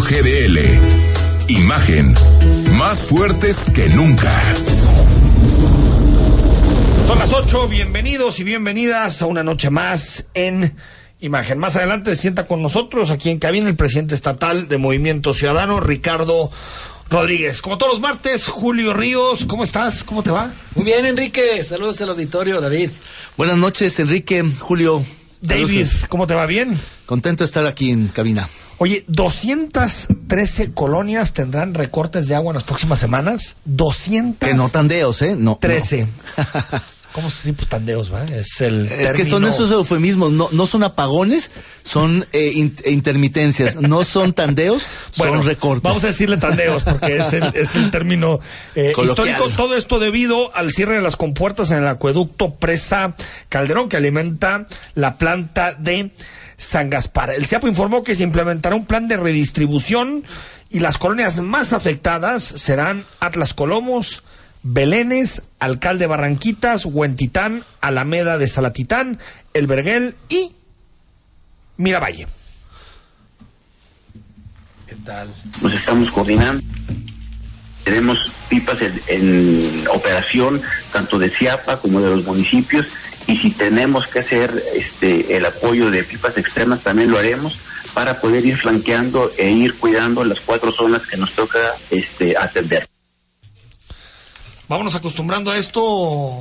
GDL. Imagen, más fuertes que nunca. Son las 8, bienvenidos y bienvenidas a una noche más en Imagen. Más adelante se sienta con nosotros aquí en cabina el presidente estatal de Movimiento Ciudadano, Ricardo Rodríguez. Como todos los martes, Julio Ríos, ¿cómo estás? ¿Cómo te va? Muy bien, Enrique, saludos al auditorio, David. Buenas noches, Enrique, Julio. David, ¿cómo te va? ¿Bien? Contento de estar aquí en cabina. Oye, 213 colonias tendrán recortes de agua en las próximas semanas. 200. Que no tandeos, ¿eh? No. 13. No. ¿Cómo se dice? Pues tandeos, ¿va? Es que son esos eufemismos, no son apagones, son intermitencias, no son tandeos, son recortes. Vamos a decirle tandeos porque es el término histórico. Todo esto debido al cierre de las compuertas en el acueducto Presa Calderón que alimenta la planta de San Gaspar. El CIAPA informó que se implementará un plan de redistribución y las colonias más afectadas serán Atlas Colomos, Belénes, Alcalde Barranquitas, Huentitán, Alameda de Salatitán, El Verguel y Miravalle. ¿Qué tal? Nos estamos coordinando. Tenemos pipas en operación, tanto de CIAPA como de los municipios, y si tenemos que hacer el apoyo de pipas externas, también lo haremos para poder ir flanqueando e ir cuidando las 4 zonas que nos toca atender. Vámonos acostumbrando a esto,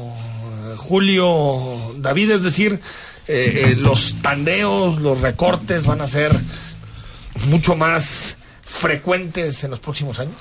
Julio, David, es decir, los tandeos, los recortes van a ser mucho más frecuentes en los próximos años.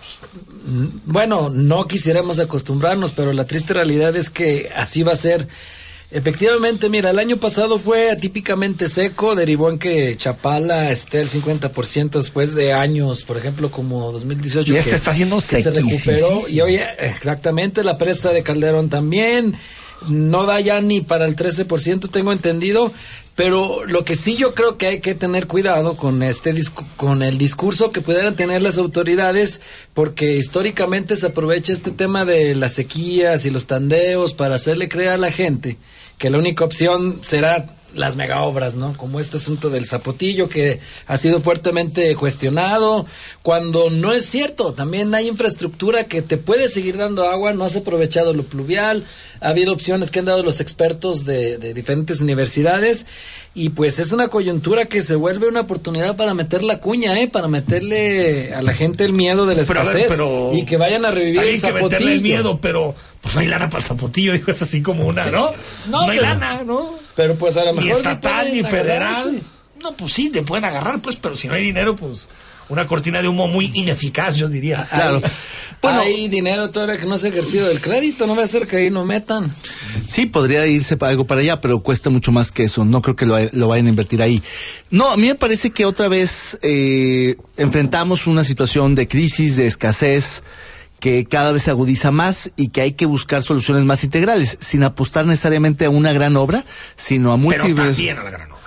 Bueno, no quisiéramos acostumbrarnos, pero la triste realidad es que así va a ser. Efectivamente, mira, el año pasado fue atípicamente seco, derivó en que Chapala esté al 50% después de años, por ejemplo, como 2018. Y está haciendo que se recuperó. Y hoy, exactamente, la presa de Calderón también, no da ya ni para el 13%, tengo entendido. Pero lo que sí yo creo que hay que tener cuidado con con el discurso que pudieran tener las autoridades, porque históricamente se aprovecha este tema de las sequías y los tandeos para hacerle creer a la gente que la única opción será las megaobras, ¿no? Como este asunto del Zapotillo, que ha sido fuertemente cuestionado, cuando no es cierto. También hay infraestructura que te puede seguir dando agua, no has aprovechado lo pluvial, ha habido opciones que han dado los expertos de diferentes universidades, y pues es una coyuntura que se vuelve una oportunidad para meter la cuña, para meterle a la gente el miedo de la escasez, y que vayan a revivir el Zapotillo. Hay que meterle el miedo, pero pues no hay lana para el Zapotillo, dijo, es así como una, sí. ¿No? No hay lana, ¿no? Pero pues a lo mejor ni estatal ni federal. Agarrarse. No, pues sí, te pueden agarrar, pues, pero si no hay dinero, pues una cortina de humo muy ineficaz, yo diría. Claro. Bueno, hay dinero todavía que no se ha ejercido del crédito, no va a ser que ahí no metan. Sí, podría irse algo para allá, pero cuesta mucho más que eso, no creo que lo vayan a invertir ahí. No, a mí me parece que otra vez enfrentamos una situación de crisis, de escasez, que cada vez se agudiza más y que hay que buscar soluciones más integrales, sin apostar necesariamente a una gran obra, sino a múltiples... Pero también a la gran obra.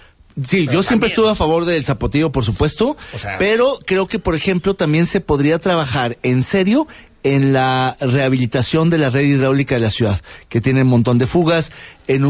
Sí, yo siempre estuve a favor del Zapotillo, por supuesto, pero creo que, por ejemplo, también se podría trabajar en serio en la rehabilitación de la red hidráulica de la ciudad, que tiene un montón de fugas, en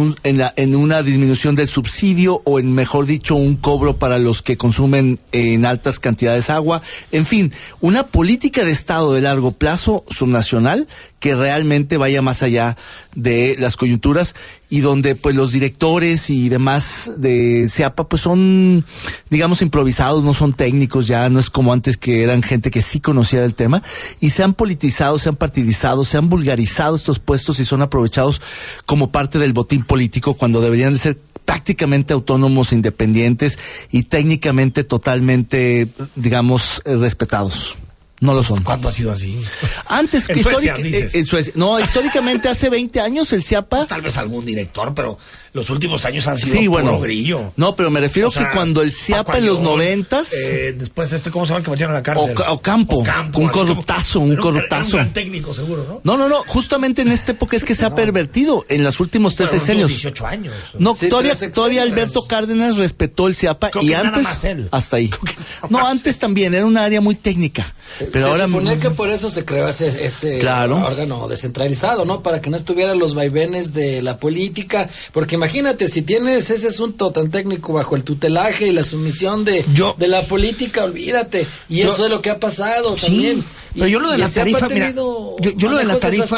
una disminución del subsidio, o en, mejor dicho, un cobro para los que consumen en altas cantidades agua. En fin, una política de Estado de largo plazo subnacional que realmente vaya más allá de las coyunturas, y donde pues los directores y demás de CIAPA pues son, digamos, improvisados, no son técnicos ya, no es como antes que eran gente que sí conocía del tema, y se han politizado, se han partidizado, se han vulgarizado estos puestos y son aprovechados como parte del botín político, cuando deberían de ser prácticamente autónomos, independientes y técnicamente totalmente, digamos, respetados. No lo son. ¿Cuándo ha sido así? Antes que en Suecia. No, históricamente hace 20 años el CIAPA... Tal vez algún director, pero los últimos años han sido puro grillo. No, pero me refiero que cuando el CIAPA en los 90s... después ¿cómo se llama el que metieron a la cárcel? Ocampo, un corruptazo. Un gran técnico, seguro, ¿no? No, justamente en esta época es que se ha pervertido en los últimos 3 sexenios. 18 años. No, sí, todavía Alberto Cárdenas respetó el CIAPA, y antes... Hasta ahí. No, antes también, era un área muy técnica. Pero se ahora suponía que por eso se creó ese órgano descentralizado, ¿no? Para que no estuviera los vaivenes de la política, porque imagínate, si tienes ese asunto tan técnico bajo el tutelaje y la sumisión de la política, olvídate. Y eso es lo que ha pasado también. Pero yo lo de la tarifa, mira, yo lo de la tarifa,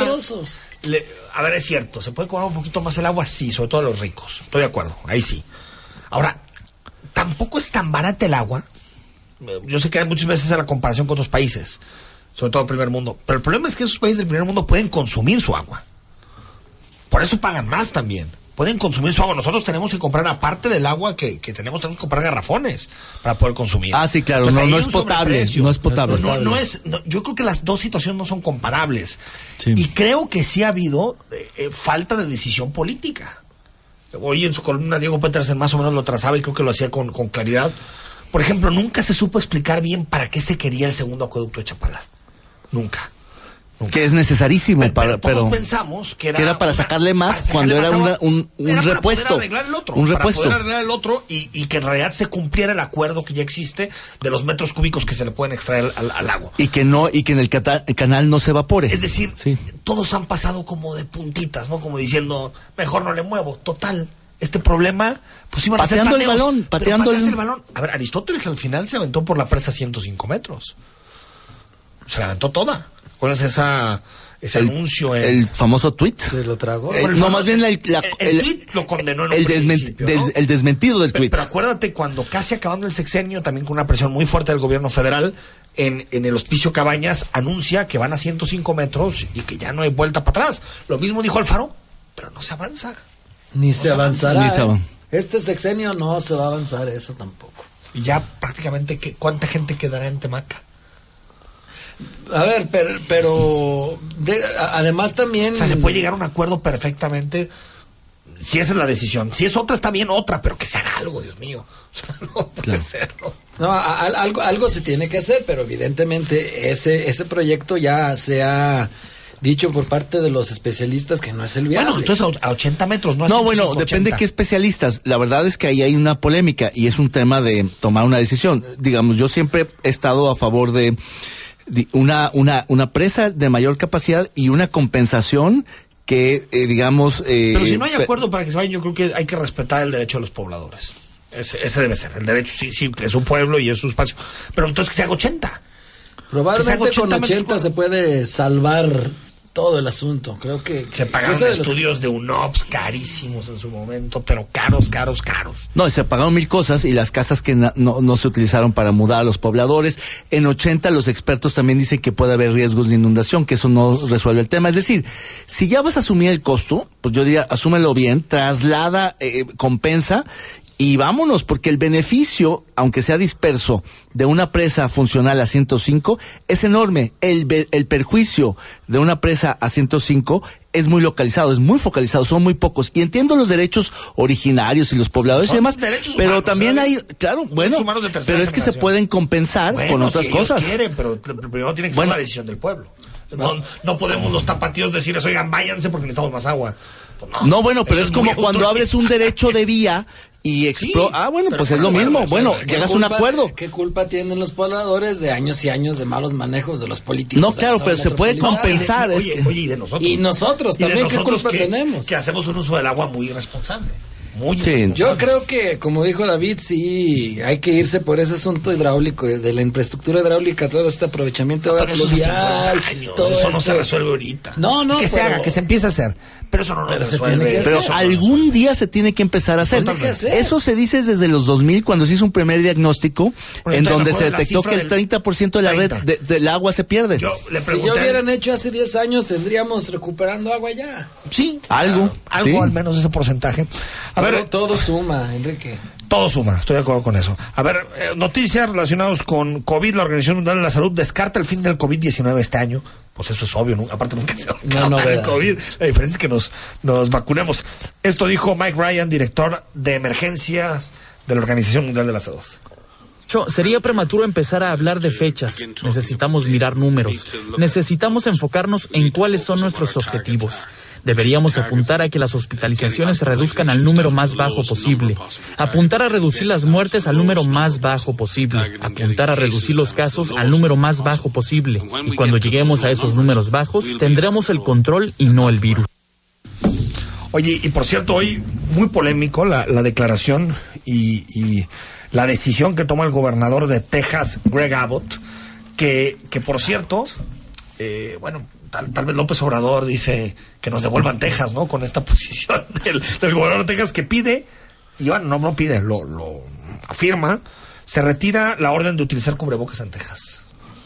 a ver, es cierto, ¿se puede cobrar un poquito más el agua? Sí, sobre todo a los ricos, estoy de acuerdo, ahí sí. Ahora, tampoco es tan barata el agua. Yo sé que hay muchas veces la comparación con otros países, sobre todo el primer mundo, pero el problema es que esos países del primer mundo pueden consumir su agua. Por eso pagan más también. Pueden consumir su agua. Nosotros tenemos que comprar, aparte del agua que tenemos que comprar garrafones para poder consumir. Ah, sí, claro. Entonces, no es potable. No es potable. Yo creo que las dos situaciones no son comparables. Sí. Y creo que sí ha habido falta de decisión política. Hoy en su columna Diego Petersen más o menos lo trazaba y creo que lo hacía con claridad. Por ejemplo, nunca se supo explicar bien para qué se quería el segundo acueducto de Chapala. Nunca. Que es necesarísimo, pero todos pensamos que era para sacarle más cuando era un repuesto. Para poder arreglar el otro y que en realidad se cumpliera el acuerdo que ya existe de los metros cúbicos que se le pueden extraer al agua. Y que en el canal no se evapore. Es decir, todos han pasado como de puntitas, ¿no? Como diciendo, mejor no le muevo. Total, este problema, pues iban pateando a ser pateando el balón. A ver, Aristóteles al final se aventó por la presa 105 metros. Se la aventó toda. ¿Cuál es ese anuncio? El famoso tweet. Se lo tragó. Más bien el tweet lo condenó en un principio, ¿no? El desmentido del tweet. Pero acuérdate cuando casi acabando el sexenio, también con una presión muy fuerte del gobierno federal, en el Hospicio Cabañas anuncia que van a 105 metros y que ya no hay vuelta para atrás. Lo mismo dijo Alfaro, pero no se avanza. Ni se avanzará. Este sexenio no se va a avanzar eso tampoco. Y ya prácticamente, ¿cuánta gente quedará en Temaca? A ver, pero además también... O sea, se puede llegar a un acuerdo perfectamente, si esa es la decisión. Si es otra, está bien otra, pero que se haga algo, Dios mío. No puede ser, ¿no? No, algo se tiene que hacer, pero evidentemente ese proyecto ya se ha dicho por parte de los especialistas que no es el viable. Bueno, entonces a 80 metros, ¿no? No, bueno, depende de qué especialistas. La verdad es que ahí hay una polémica y es un tema de tomar una decisión. Digamos, yo siempre he estado a favor de una presa de mayor capacidad y una compensación que, digamos... Pero si no hay acuerdo para que se vayan, yo creo que hay que respetar el derecho de los pobladores. Ese debe ser, el derecho, sí, es un pueblo y es su espacio. Pero entonces que se haga 80. Probablemente con 80 se puede salvar todo el asunto. Creo que se pagaron estudios de UNOPS carísimos en su momento, pero caros. No, se pagaron 1000 cosas y las casas que no se utilizaron para mudar a los pobladores. En 80 los expertos también dicen que puede haber riesgos de inundación, que eso no resuelve el tema. Es decir, si ya vas a asumir el costo, pues yo diría, asúmelo bien, traslada, compensa. Y vámonos, porque el beneficio, aunque sea disperso, de una presa funcional a 105 es enorme. El perjuicio de una presa a 105 es muy localizado, es muy focalizado, son muy pocos. Y entiendo los derechos originarios y los pobladores y demás, pero humanos, también hay, claro, bueno, pero es que se pueden compensar con otras cosas. Quieren, pero primero tiene que ser la decisión del pueblo. No podemos los tapatíos decirles, oigan, váyanse porque necesitamos más agua. Pues no, bueno, pero es como cuando abres un derecho de vía y pues es lo mismo. Bueno, que hagas un acuerdo. ¿Qué culpa tienen los pobladores de años y años de malos manejos de los políticos? No, claro, pero se puede compensar. Oye, y de nosotros. Y nosotros también, ¿qué culpa tenemos? Que hacemos un uso del agua muy irresponsable. Yo creo que, como dijo David, sí, hay que irse por ese asunto hidráulico, de la infraestructura hidráulica, todo este aprovechamiento de agua pluvial. Todo eso no se resuelve ahorita. No, que se haga, que se empiece a hacer. Pero eso no se resuelve. Pero algún día se tiene que empezar a hacer. Eso se dice desde los 2000, cuando se hizo un primer diagnóstico, en donde se detectó que el 30% de la red del agua se pierde. Si yo hubieran hecho hace 10 años, tendríamos recuperando agua ya. Sí, algo al menos ese porcentaje. Todo suma, Enrique. Todo suma, estoy de acuerdo con eso. A ver, noticias relacionadas con COVID. La Organización Mundial de la Salud descarta el fin del COVID-19 este año. Pues eso es obvio, ¿no? Aparte nunca se va a acabar el COVID. La diferencia es que nos vacunemos. Esto dijo Mike Ryan, director de emergencias de la Organización Mundial de la Salud. Sería prematuro empezar a hablar de fechas. Necesitamos mirar números. Necesitamos enfocarnos en cuáles son nuestros objetivos. Deberíamos apuntar a que las hospitalizaciones se reduzcan al número más bajo posible. Apuntar a reducir las muertes al número más bajo posible. Apuntar a reducir los casos al número más bajo posible. Y cuando lleguemos a esos números bajos, tendremos el control y no el virus. Oye, y por cierto, hoy muy polémico la declaración y la decisión que toma el gobernador de Texas, Greg Abbott, que por cierto, tal vez López Obrador dice que nos devuelvan Texas, ¿no? Con esta posición del gobernador de Texas que pide, y bueno, no pide, lo afirma, se retira la orden de utilizar cubrebocas en Texas.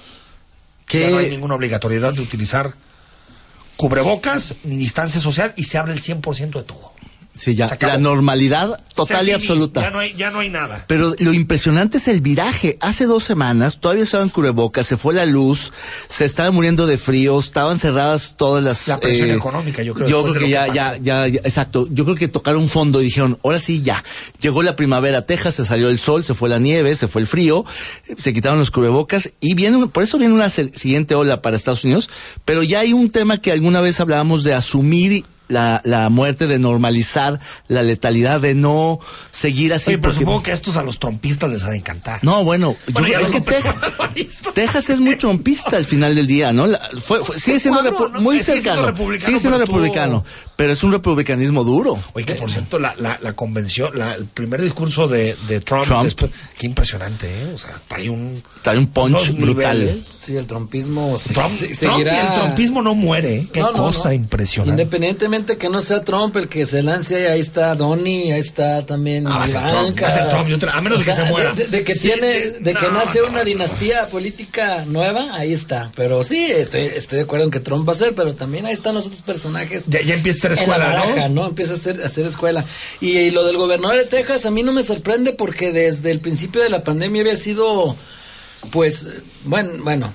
Que ya no hay ninguna obligatoriedad de utilizar cubrebocas ni distancia social y se abre el 100% de todo. Sí, ya, la normalidad total y absoluta. Ya no hay nada. Pero lo impresionante es el viraje. Hace 2 semanas todavía estaban cubrebocas, se fue la luz, se estaban muriendo de frío, estaban cerradas todas las... La presión económica, yo creo. Yo creo que ya, exacto. Yo creo que tocaron fondo y dijeron, ahora sí, ya. Llegó la primavera a Texas, se salió el sol, se fue la nieve, se fue el frío, se quitaron los cubrebocas y por eso viene una siguiente ola para Estados Unidos, pero ya hay un tema que alguna vez hablábamos de asumir la muerte, de normalizar la letalidad, de no seguir así. Oye, pero supongo que estos a los trompistas les ha de encantar. No, bueno, es que Texas es muy trompista al final del día, ¿no? Sigue siendo muy cercano. Sigue siendo republicano, pero es un republicanismo duro. Oye, que por cierto, la convención, el primer discurso de Trump. Después, qué impresionante, ¿eh? O sea, trae un punch brutal. Niveles. Sí, el trompismo seguirá. El trompismo no muere, qué cosa impresionante. Independientemente que no sea Trump el que se lance, ahí está Donnie, ahí está también Ivanka. A menos que se muera. De que nace una dinastía política nueva, ahí está. Pero sí, estoy de acuerdo en que Trump va a ser, pero también ahí están los otros personajes. Ya empieza a hacer escuela, baraja, ¿no? Empieza a hacer escuela. Y lo del gobernador de Texas a mí no me sorprende porque desde el principio de la pandemia había sido, pues, bueno,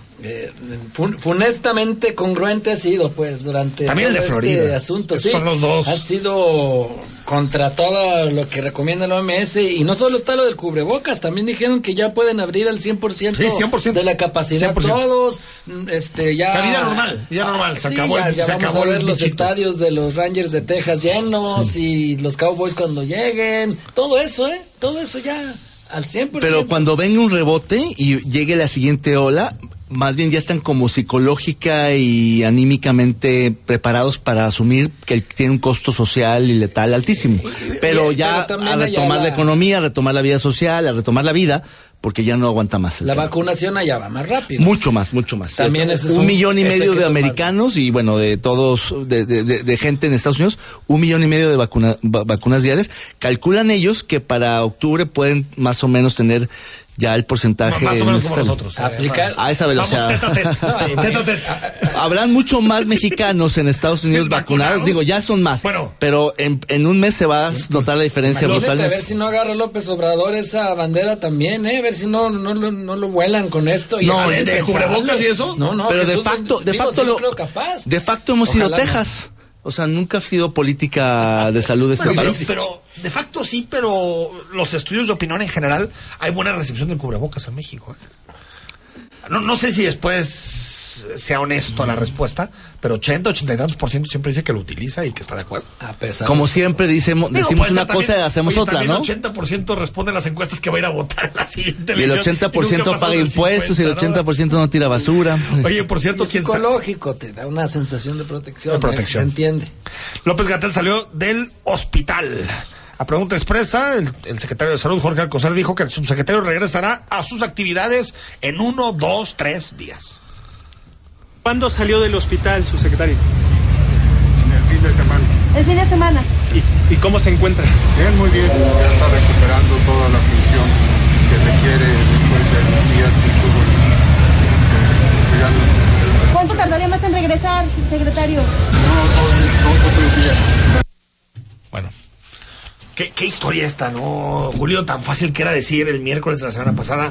funestamente congruente ha sido, pues, durante también todo el de Florida. Asunto. Sí, son los dos. Han sido contra todo lo que recomienda la OMS, y no solo está lo del cubrebocas, también dijeron que ya pueden abrir al 100%, de la capacidad 100%. Todos, ya... O sea, vida normal, se acabó ya vamos a ver los estadios de los Rangers de Texas llenos, y los Cowboys cuando lleguen, todo eso ya al 100%. Pero cuando venga un rebote y llegue la siguiente ola, más bien ya están como psicológica y anímicamente preparados para asumir que tiene un costo social y letal altísimo. Pero ya a retomar la economía, a retomar la vida social, a retomar la vida, porque ya no aguanta más. La vacunación allá va más rápido. Mucho más. También es 1,5 millones de americanos y bueno, de todos, de gente en Estados Unidos, 1,5 millones de vacunas diarias. Calculan ellos que para octubre pueden más o menos tener ya el porcentaje más o menos como nosotros aplicar a esa velocidad. Vamos, habrán mucho más mexicanos en Estados Unidos vacunados, digo, ya son más, pero en un mes se va a notar la diferencia brutalmente. A ver si no agarra López Obrador esa bandera también, a ver si no lo vuelan con esto. Y no, de cubrebocas y eso. No, pero de facto hemos sido Texas. O sea, nunca ha sido política de salud de este país. Pero de facto sí, pero los estudios de opinión en general, hay buena recepción del cubrebocas en México. No sé si después sea honesto la respuesta, pero 80 y tantos% siempre dice que lo utiliza y que está de acuerdo. Como siempre decimos una cosa y hacemos otra, ¿no? El 80% responde en las encuestas que va a ir a votar en la siguiente elección. Y el 80% paga impuestos, y el 80% no tira basura. Oye, por cierto, psicológico te da una sensación de protección. Se entiende. López-Gatell salió del hospital. A pregunta expresa, el secretario de Salud, Jorge Alcocer, dijo que el subsecretario regresará a sus actividades en 1, 2, 3 días. ¿Cuándo salió del hospital, su secretario? El fin de semana. El fin de semana. ¿Y cómo se encuentra? Bien, muy bien. Ya está recuperando toda la función que requiere después de los días que estuvo cuidándose. ¿Cuánto tardaría más en regresar, secretario? Dos o 3 días. Bueno. ¿Qué historia esta, no, Julio? Tan fácil que era decir el miércoles de la semana pasada,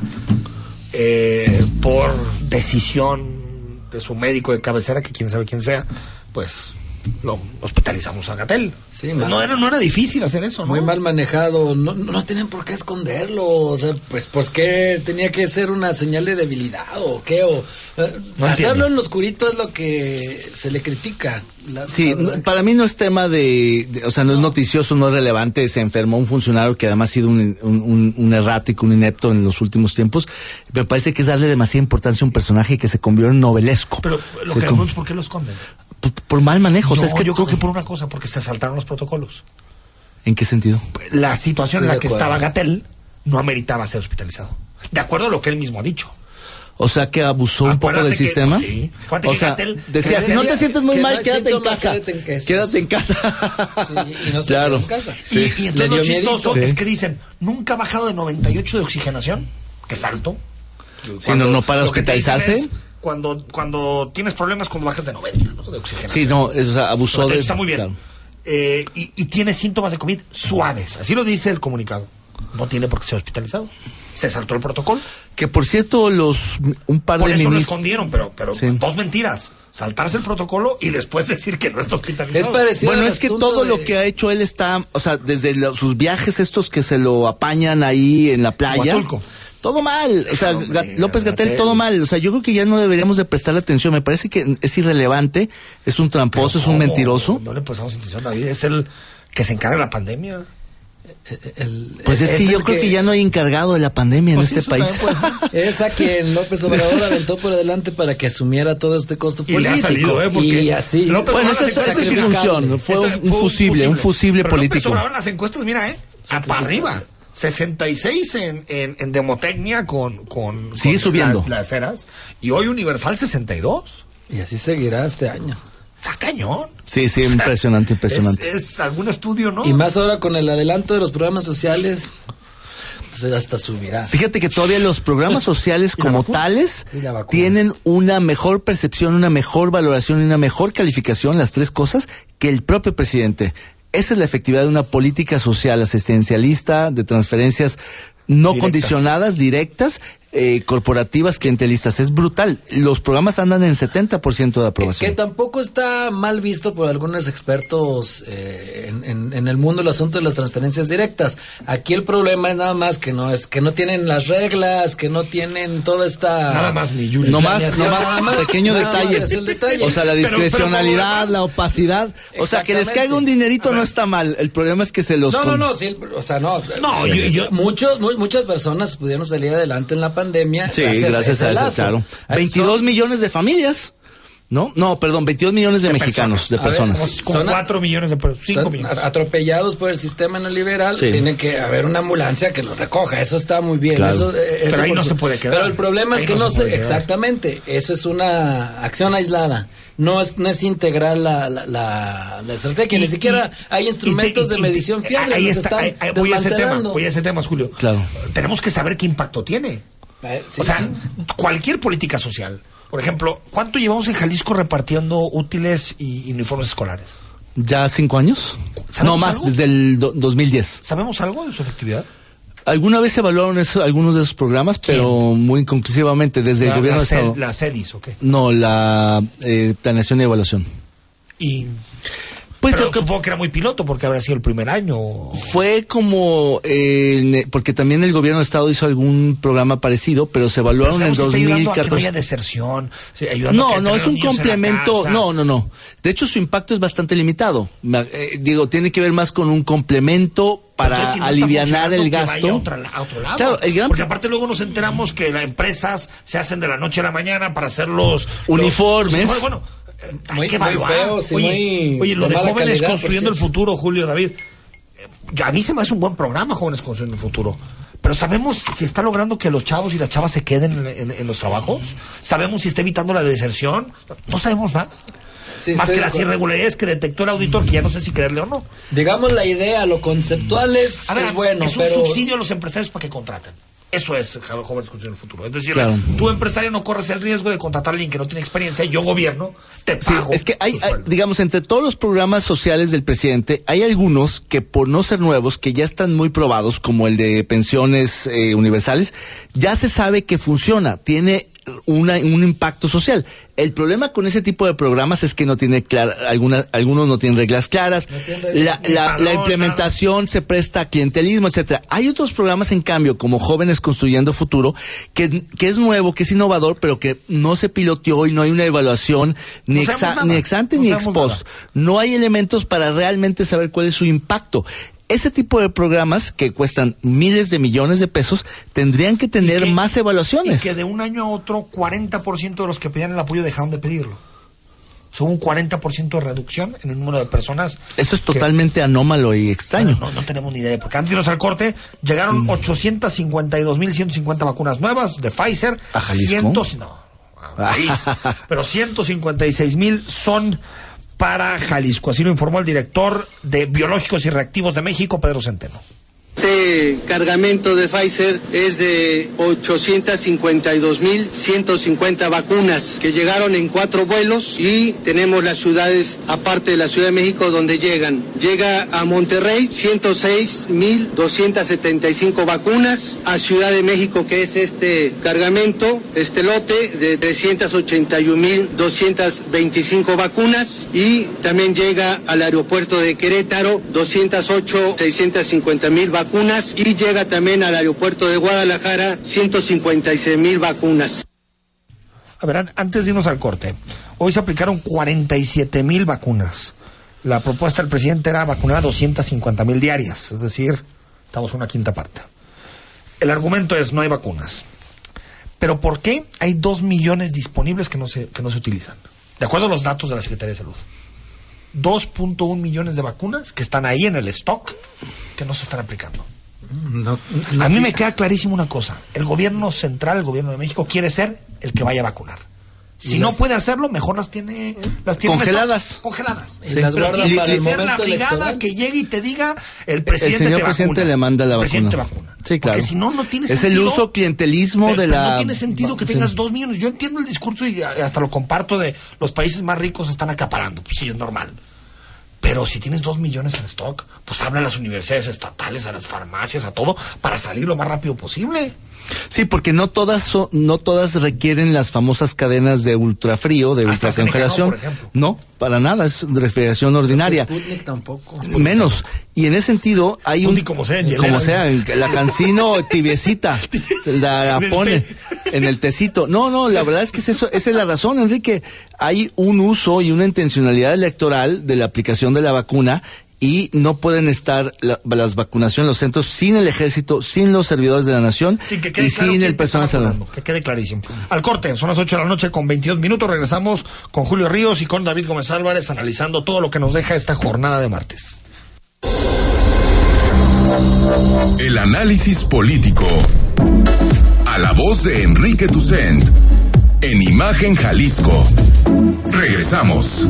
por decisión de su médico de cabecera, que quién sabe quién sea, pues lo hospitalizamos a Gatell. Sí, pues no era difícil hacer eso, ¿no? Muy mal manejado, no tenían por qué esconderlo, o sea, pues ¿qué tenía que ser una señal de debilidad o qué? Hacerlo en lo oscurito es lo que se le critica. Para mí no es tema o sea, no es noticioso, no es relevante. Se enfermó un funcionario que además ha sido un errático, un inepto en los últimos tiempos. Me parece que es darle demasiada importancia a un personaje que se convirtió en novelesco. Pero lo que pregunto es ¿por qué lo esconden? Por mal manejo. No, o sea, es que yo creo que por una cosa, porque se saltaron los protocolos. ¿En qué sentido? La situación en la que estaba Gatell no ameritaba ser hospitalizado. De acuerdo a lo que él mismo ha dicho. O sea, que abusó un poco del sistema. Sí. O sea, decía, si no te sientes muy mal, quédate en casa. Quédate en casa. Sí, y no se claro. quedó en casa. Sí. Y entonces lo chistoso miedito. es que dicen, nunca ha bajado de 98 de oxigenación, que es alto. Sí, no para hospitalizarse. Cuando tienes problemas cuando bajas de 90, ¿no? De oxigenación. Sí, no, o sea, abusó de... Está muy bien. Claro. Y tiene síntomas de COVID suaves. Así lo dice el comunicado. No tiene por qué ser hospitalizado. Se saltó el protocolo. Que por cierto, un par por de eso ministros... lo escondieron, pero sí. Dos mentiras. Saltarse el protocolo y después decir que no está hospitalizado. Es parecido. Bueno, es que todo lo que ha hecho él está... O sea, desde sus viajes estos que se lo apañan ahí en la playa... Huatulco. Todo mal, o sea, López-Gatell, todo mal. O sea, yo creo que ya no deberíamos de prestarle atención. Me parece que es irrelevante, es un tramposo, es un mentiroso. No le prestamos atención, David, es el que se encarga de la pandemia. Pues es que yo creo que ya no hay encargado de la pandemia en este país. Es a quien López Obrador aventó por delante para que asumiera todo este costo político. Y le ha salido, porque y así. Bueno, esa es su función. Fue un fusible político. López Obrador en las encuestas, mira, para arriba. 66 en demotecnia con sigue subiendo las eras, y hoy Universal 62. Y así seguirá este año. Está cañón. Sí, impresionante. Es algún estudio, ¿no? Y más ahora con el adelanto de los programas sociales, pues hasta subirá. Fíjate que todavía los programas sociales como tales tienen una mejor percepción, una mejor valoración y una mejor calificación, las tres cosas, que el propio presidente. Esa es la efectividad de una política social asistencialista, de transferencias no condicionadas, directas, corporativas, clientelistas. Es brutal. Los programas andan en 70% de aprobación. Que tampoco está mal visto por algunos expertos en el mundo el asunto de las transferencias directas. Aquí el problema es nada más que no tienen las reglas, que no tienen toda esta... Nada más, mi Yuri. No más, pequeño detalle. detalle. O sea, la discrecionalidad, la opacidad. O sea, que les caiga un dinerito no está mal. El problema es que se los... No, sí, o sea, no. Muchas personas pudieron salir adelante en la pandemia. Sí, gracias a eso, claro. 22 millones de familias, ¿no? No, perdón, 22 millones de mexicanos, de personas. Con 4 millones de personas, 5 millones. Atropellados por el sistema neoliberal, tiene que haber una ambulancia que los recoja, eso está muy bien. Claro. Eso pero ahí no se puede quedar. Pero el problema es que no se exactamente, eso es una acción aislada. No es integral la estrategia, ni siquiera hay instrumentos de medición fiables. Ahí está, voy a ese tema, Julio. Claro. Tenemos que saber qué impacto tiene. Cualquier política social. Por ejemplo, ¿cuánto llevamos en Jalisco repartiendo útiles y uniformes escolares? ¿Ya 5 años? No, más, algo? Desde el 2010. ¿Sabemos algo de su efectividad? Alguna vez se evaluaron algunos de esos programas, pero muy inconclusivamente desde el gobierno de Estado. ¿La CEDIS o qué? No, la planeación y evaluación. Y... Pues pero supongo que era muy piloto porque habrá sido el primer año. Fue como porque también el gobierno de Estado hizo algún programa parecido, pero se evaluaron en 2014. A que no haya deserción, no es un complemento. No. De hecho, su impacto es bastante limitado. Tiene que ver más con un complemento para alivianar el gasto. Que vaya a otro lado. Claro, porque aparte luego nos enteramos que las empresas se hacen de la noche a la mañana para hacer los uniformes. Bueno, muy feos y oye, lo de Jóvenes Construyendo el Futuro, Julio, David, a mí se me hace un buen programa, Jóvenes Construyendo el Futuro, pero ¿sabemos si está logrando que los chavos y las chavas se queden en los trabajos? ¿Sabemos si está evitando la deserción? No sabemos nada. Sí, más que las irregularidades que detectó el auditor, que ya no sé si creerle o no. Digamos la idea, lo conceptual es bueno, es un subsidio a los empresarios para que contraten. Eso es Jóvenes Construyendo el Futuro. Es decir, tú empresario no corres el riesgo de contratar a alguien que no tiene experiencia, yo gobierno te pago. Sí, es que hay, digamos, entre todos los programas sociales del presidente, hay algunos que por no ser nuevos, que ya están muy probados, como el de pensiones universales, ya se sabe que funciona, tiene un impacto social. El problema con ese tipo de programas es que no tiene algunos no tienen reglas claras, la implementación se presta a clientelismo, etcétera. Hay otros programas, en cambio, como Jóvenes Construyendo Futuro, que es nuevo, que es innovador, pero que no se piloteó y no hay una evaluación ni ex ante ni ex post. No hay elementos para realmente saber cuál es su impacto. Ese tipo de programas que cuestan miles de millones de pesos tendrían que tener más evaluaciones. Y que de un año a otro 40% de los que pedían el apoyo dejaron de pedirlo. O sea, un 40% de reducción en el número de personas. Eso es totalmente anómalo y extraño. No tenemos ni idea, porque antes de irnos al corte, llegaron 852.150 vacunas nuevas de Pfizer. ¿A Jalisco? Pero 156,000 son para Jalisco. Así lo informó el director de Biológicos y Reactivos de México, Pedro Centeno. Este cargamento de Pfizer es de 852.150 vacunas que llegaron en 4 vuelos y tenemos las ciudades, aparte de la Ciudad de México, donde llegan. Llega a Monterrey 106.275 vacunas, a Ciudad de México, que es este cargamento, este lote de 381.225 vacunas, y también llega al aeropuerto de Querétaro 208.650.000 vacunas, y llega también al aeropuerto de Guadalajara 156,000 vacunas. A ver, antes de irnos al corte, hoy se aplicaron 47,000 vacunas. La propuesta del presidente era vacunar a 250,000 diarias, es decir, estamos en una quinta parte. El argumento es: no hay vacunas. ¿Pero por qué hay 2 millones disponibles que no se utilizan? De acuerdo a los datos de la Secretaría de Salud. 2.1 millones de vacunas que están ahí en el stock que no se están aplicando. A mí me queda clarísimo una cosa: el gobierno central, el gobierno de México, quiere ser el que vaya a vacunar. Si no puede hacerlo, mejor las tiene congeladas. Congeladas. Sí. Las guardan y para el ser la momento brigada electoral. que llegue y te diga el presidente. El señor te presidente vacuna. le manda la vacuna. Sí, claro. Porque si no tiene es sentido. El uso clientelismo de la. No tiene sentido que tengas 2 millones. Yo entiendo el discurso y hasta lo comparto de los países más ricos están acaparando. Pues sí, es normal. Pero si tienes 2 millones en stock, pues habla a las universidades estatales, a las farmacias, a todo, para salir lo más rápido posible. Sí, porque no todas requieren las famosas cadenas de ultrafrío, de ultracongelación. No, para nada, es refrigeración ordinaria. Sputnik tampoco. Menos. Y en ese sentido hay como sea, la Cancino tibiecita, la pone en el tecito. No, la verdad es que esa es la razón, Enrique. Hay un uso y una intencionalidad electoral de la aplicación de la vacuna, y no pueden estar las vacunaciones en los centros sin el ejército, sin los servidores de la nación y sin el personal de salud. Que quede clarísimo. Al corte, son las 8 de la noche con 22 minutos. Regresamos con Julio Ríos y con David Gómez Álvarez analizando todo lo que nos deja esta jornada de martes. El análisis político. A la voz de Enrique Tucent. En Imagen Jalisco. Regresamos.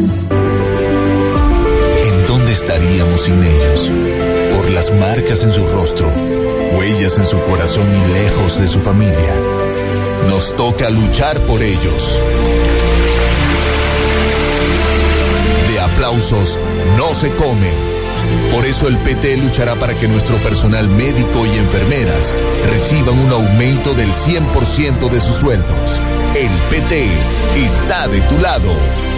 ¿Dónde estaríamos sin ellos? Por las marcas en su rostro, huellas en su corazón y lejos de su familia. Nos toca luchar por ellos. De aplausos no se come. Por eso el PT luchará para que nuestro personal médico y enfermeras reciban un aumento del 100% de sus sueldos. El PT está de tu lado.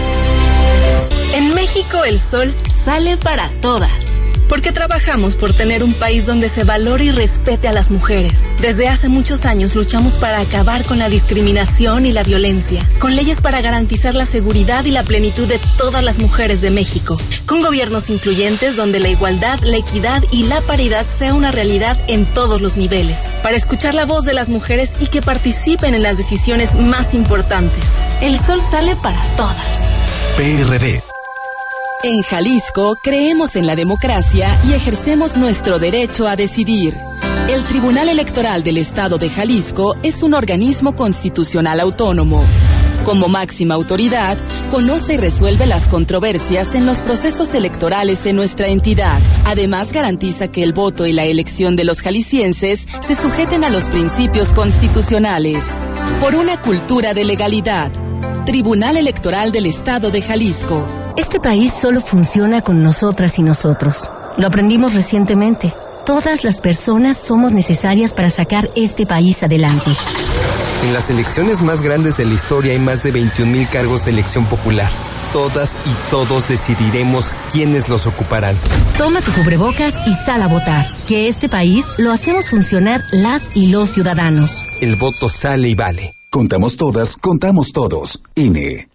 En México el sol sale para todas, porque trabajamos por tener un país donde se valore y respete a las mujeres. Desde hace muchos años luchamos para acabar con la discriminación y la violencia, con leyes para garantizar la seguridad y la plenitud de todas las mujeres de México, con gobiernos incluyentes donde la igualdad, la equidad y la paridad sea una realidad en todos los niveles, para escuchar la voz de las mujeres y que participen en las decisiones más importantes. El sol sale para todas. PRD. En Jalisco creemos en la democracia y ejercemos nuestro derecho a decidir. El Tribunal Electoral del Estado de Jalisco es un organismo constitucional autónomo. Como máxima autoridad, conoce y resuelve las controversias en los procesos electorales en nuestra entidad. Además, garantiza que el voto y la elección de los jaliscienses se sujeten a los principios constitucionales. Por una cultura de legalidad. Tribunal Electoral del Estado de Jalisco. Este país solo funciona con nosotras y nosotros. Lo aprendimos recientemente. Todas las personas somos necesarias para sacar este país adelante. En las elecciones más grandes de la historia hay más de 21,000 cargos de elección popular. Todas y todos decidiremos quiénes los ocuparán. Toma tu cubrebocas y sal a votar. Que este país lo hacemos funcionar las y los ciudadanos. El voto sale y vale. Contamos todas, contamos todos. INE.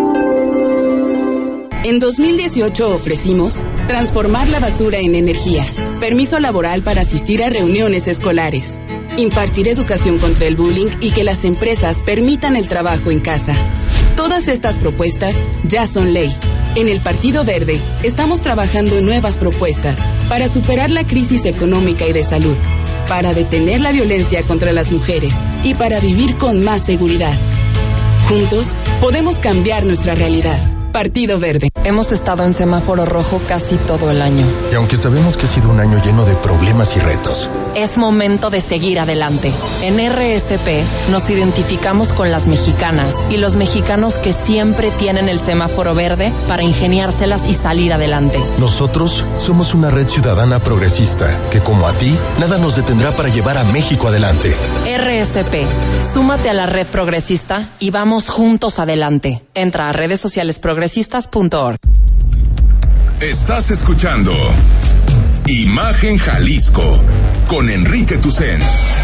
En 2018 ofrecimos transformar la basura en energía, permiso laboral para asistir a reuniones escolares, impartir educación contra el bullying y que las empresas permitan el trabajo en casa, Todas estas propuestas ya son ley. En el Partido Verde estamos trabajando en nuevas propuestas para superar la crisis económica y de salud, para detener la violencia contra las mujeres y para vivir con más seguridad. Juntos podemos cambiar nuestra realidad. Partido Verde. Hemos estado en semáforo rojo casi todo el año. Y aunque sabemos que ha sido un año lleno de problemas y retos, es momento de seguir adelante. En RSP nos identificamos con las mexicanas y los mexicanos que siempre tienen el semáforo verde para ingeniárselas y salir adelante. Nosotros somos una red ciudadana progresista que, como a ti, nada nos detendrá para llevar a México adelante. RSP, súmate a la red progresista y vamos juntos adelante. Entra a redesocialesprogresistas.org. Estás escuchando Imagen Jalisco con Enrique Tucent.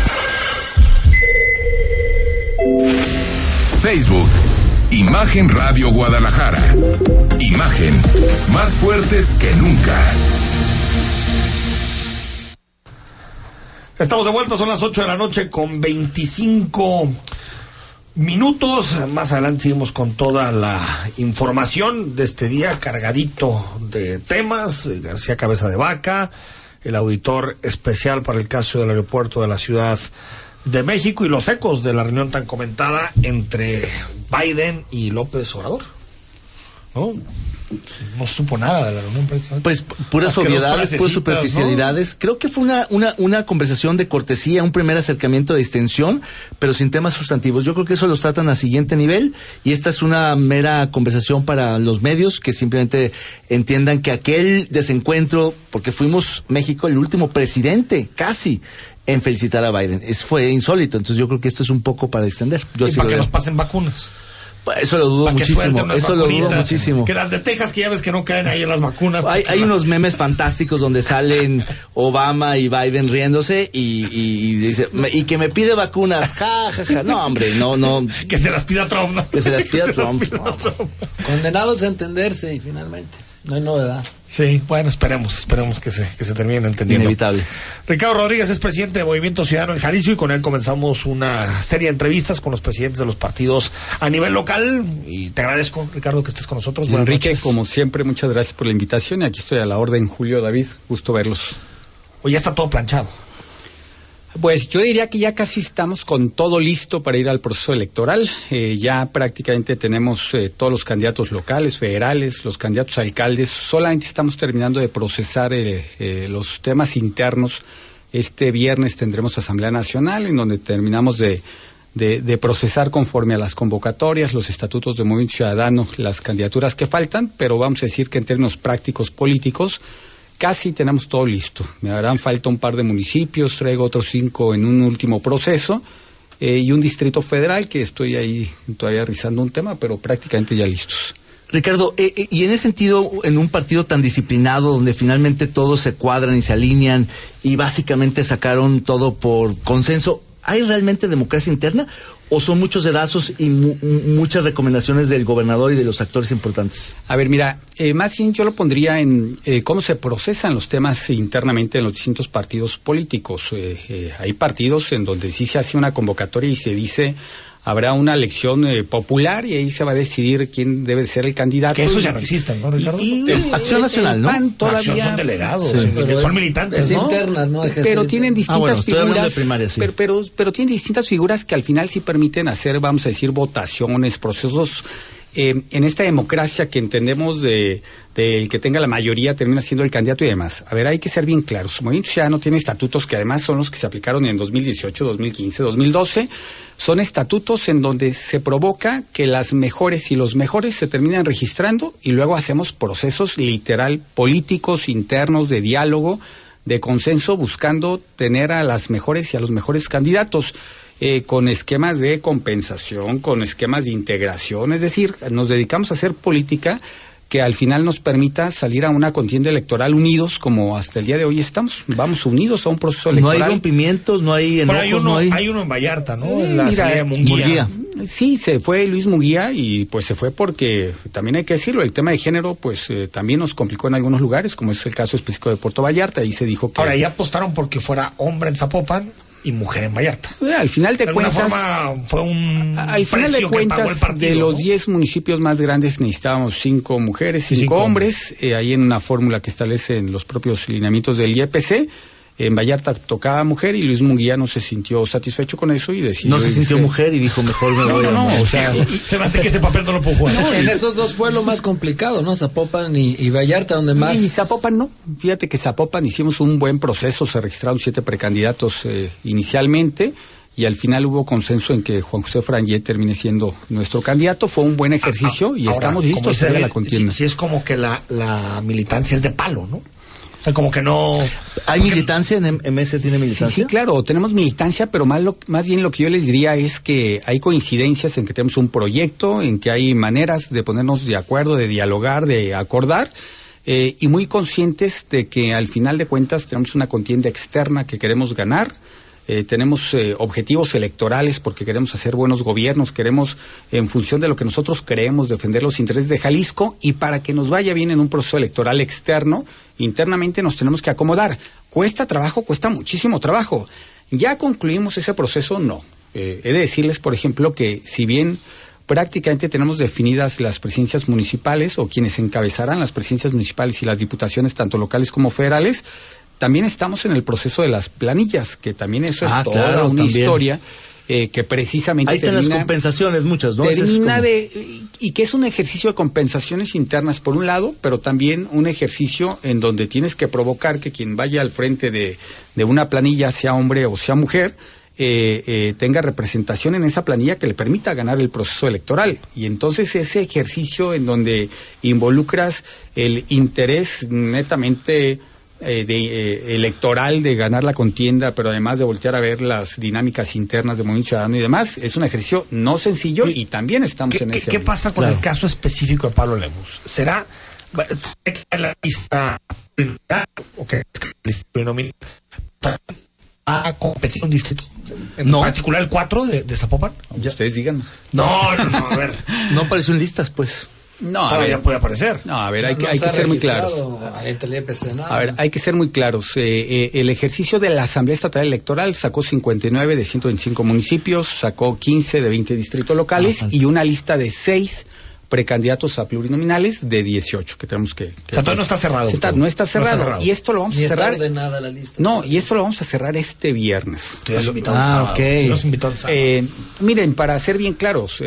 Facebook, Imagen Radio Guadalajara. Imagen, más fuertes que nunca. Estamos de vuelta, son las 8 de la noche con 25 minutos. Más adelante seguimos con toda la información de este día, cargadito de temas. García Cabeza de Vaca, el auditor especial para el caso del aeropuerto de la Ciudad de México y los ecos de la reunión tan comentada entre Biden y López Obrador, ¿no? No supo nada de la reunión. Pues puras obviedades, puras superficialidades, ¿no? Creo que fue una conversación de cortesía, un primer acercamiento de extensión, pero sin temas sustantivos. Yo creo que eso los tratan a siguiente nivel y esta es una mera conversación para los medios que simplemente entiendan que aquel desencuentro, porque fuimos México el último presidente, casi, en felicitar a Biden. Fue insólito, entonces yo creo que esto es un poco para extender. Y para que nos pasen vacunas. Eso lo dudo muchísimo. Que las de Texas, que ya ves que no caen ahí en las vacunas. Hay unos memes fantásticos donde salen Obama y Biden riéndose y dice, y que me pide vacunas, ja. No, hombre, no. Que se las pida Trump, ¿no? Que se las pida Trump. Condenados a entenderse, finalmente. No hay novedad. Sí, bueno, esperemos que se terminen entendiendo. Inevitable. Ricardo Rodríguez es presidente de Movimiento Ciudadano en Jalisco y con él comenzamos una serie de entrevistas con los presidentes de los partidos a nivel local y te agradezco, Ricardo, que estés con nosotros. Buenas Enrique, noches. Como siempre, muchas gracias por la invitación y aquí estoy a la orden. Julio, David, gusto verlos. Hoy ya está todo planchado. Pues yo diría que ya casi estamos con todo listo para ir al proceso electoral. Ya prácticamente tenemos todos los candidatos locales, federales, los candidatos a alcaldes. Solamente estamos terminando de procesar los temas internos. Este viernes tendremos Asamblea Nacional, en donde terminamos de procesar conforme a las convocatorias, los estatutos de Movimiento Ciudadano, las candidaturas que faltan, pero vamos a decir que en términos prácticos políticos, casi tenemos todo listo. Me harán falta un par de municipios, traigo otros 5 en un último proceso, y un distrito federal que estoy ahí todavía revisando un tema, pero prácticamente ya listos. Ricardo, y en ese sentido, en un partido tan disciplinado, donde finalmente todos se cuadran y se alinean, y básicamente sacaron todo por consenso, ¿hay realmente democracia interna? ¿O son muchos dedazos y muchas recomendaciones del gobernador y de los actores importantes? A ver, mira, más bien yo lo pondría en cómo se procesan los temas internamente en los distintos partidos políticos. Hay partidos en donde sí se hace una convocatoria y se dice habrá una elección popular y ahí se va a decidir quién debe ser el candidato. Que eso ya no existe, ¿no, Ricardo? Acción Nacional, ¿no? Todavía Acción son delegados, sí. Son militantes, ¿no? Internas, ¿no? Pero tienen distintas figuras. De primaria, sí. pero tienen distintas figuras que al final sí permiten hacer, vamos a decir, votaciones, procesos. En esta democracia que entendemos del que tenga la mayoría termina siendo el candidato y demás. A ver, hay que ser bien claros. Movimiento Ciudadano tiene estatutos que además son los que se aplicaron en 2018, 2015, 2012. Son estatutos en donde se provoca que las mejores y los mejores se terminan registrando y luego hacemos procesos literal políticos internos de diálogo, de consenso, buscando tener a las mejores y a los mejores candidatos. Con esquemas de compensación, con esquemas de integración, es decir, nos dedicamos a hacer política que al final nos permita salir a una contienda electoral unidos, como hasta el día de hoy estamos. Vamos unidos a un proceso electoral. No hay rompimientos, no hay enojos, hay uno en Vallarta, ¿no? En la salida de Munguía. Sí, se fue Luis Munguía y pues se fue porque, también hay que decirlo, el tema de género pues también nos complicó en algunos lugares, como es el caso específico de Puerto Vallarta, ahí se dijo que... Ahora, ¿ya apostaron porque fuera hombre en Zapopan? y mujer en Vallarta. Al final de cuentas, forma fue un al final de cuentas, partido, de los 10 municipios más grandes necesitábamos 5 mujeres, 5 hombres, ahí en una fórmula que establecen los propios lineamientos del IEPC. En Vallarta tocaba mujer y Luis Munguía no se sintió satisfecho con eso y decidió... No se sintió mujer y dijo, mejor me voy. O sea, se me hace que ese papel no lo puedo jugar. No, en esos dos fue lo más complicado, ¿no? Zapopan y Vallarta, donde más... Y Zapopan no. Fíjate que Zapopan hicimos un buen proceso, se registraron 7 precandidatos inicialmente y al final hubo consenso en que Juan José Frangé termine siendo nuestro candidato. Fue un buen ejercicio y ahora, estamos listos para la contienda. Si es como que la militancia es de palo, ¿no? O sea, como que no... ¿Hay militancia en MS? ¿Tiene militancia? Sí, claro, tenemos militancia, pero más bien lo que yo les diría es que hay coincidencias en que tenemos un proyecto, en que hay maneras de ponernos de acuerdo, de dialogar, de acordar, y muy conscientes de que al final de cuentas tenemos una contienda externa que queremos ganar. Tenemos objetivos electorales porque queremos hacer buenos gobiernos, queremos, en función de lo que nosotros creemos, defender los intereses de Jalisco, y para que nos vaya bien en un proceso electoral externo, internamente nos tenemos que acomodar. ¿Cuesta trabajo? Cuesta muchísimo trabajo. ¿Ya concluimos ese proceso? No. He de decirles, por ejemplo, que si bien prácticamente tenemos definidas las presidencias municipales o quienes encabezarán las presidencias municipales y las diputaciones, tanto locales como federales, también estamos en el proceso de las planillas, que también eso es toda una historia que precisamente ahí están las compensaciones, muchas, ¿no? Y que es un ejercicio de compensaciones internas por un lado, pero también un ejercicio en donde tienes que provocar que quien vaya al frente de una planilla, sea hombre o sea mujer, tenga representación en esa planilla que le permita ganar el proceso electoral. Y entonces ese ejercicio en donde involucras el interés netamente electoral de ganar la contienda, pero además de voltear a ver las dinámicas internas de Movimiento Ciudadano y demás, es un ejercicio no sencillo y también estamos en ese. ¿Qué pasa con el caso específico de Pablo Lemus? ¿Será la lista o que a competir en un distrito? En particular el 4 de Zapopan. Ustedes digan. No, a ver. No apareció en listas, pues. No, todavía puede aparecer. No, a ver, hay que ser muy claros. A ver, hay que ser muy claros. El ejercicio de la Asamblea Estatal Electoral sacó 59 de 125 municipios, sacó 15 de 20 distritos locales y una lista de 6 precandidatos a plurinominales de 18 que tenemos que todavía no está cerrado. No está cerrado. Y esto lo vamos a cerrar. Está ordenada la lista. No, y esto lo vamos a cerrar este viernes. Miren, para ser bien claros,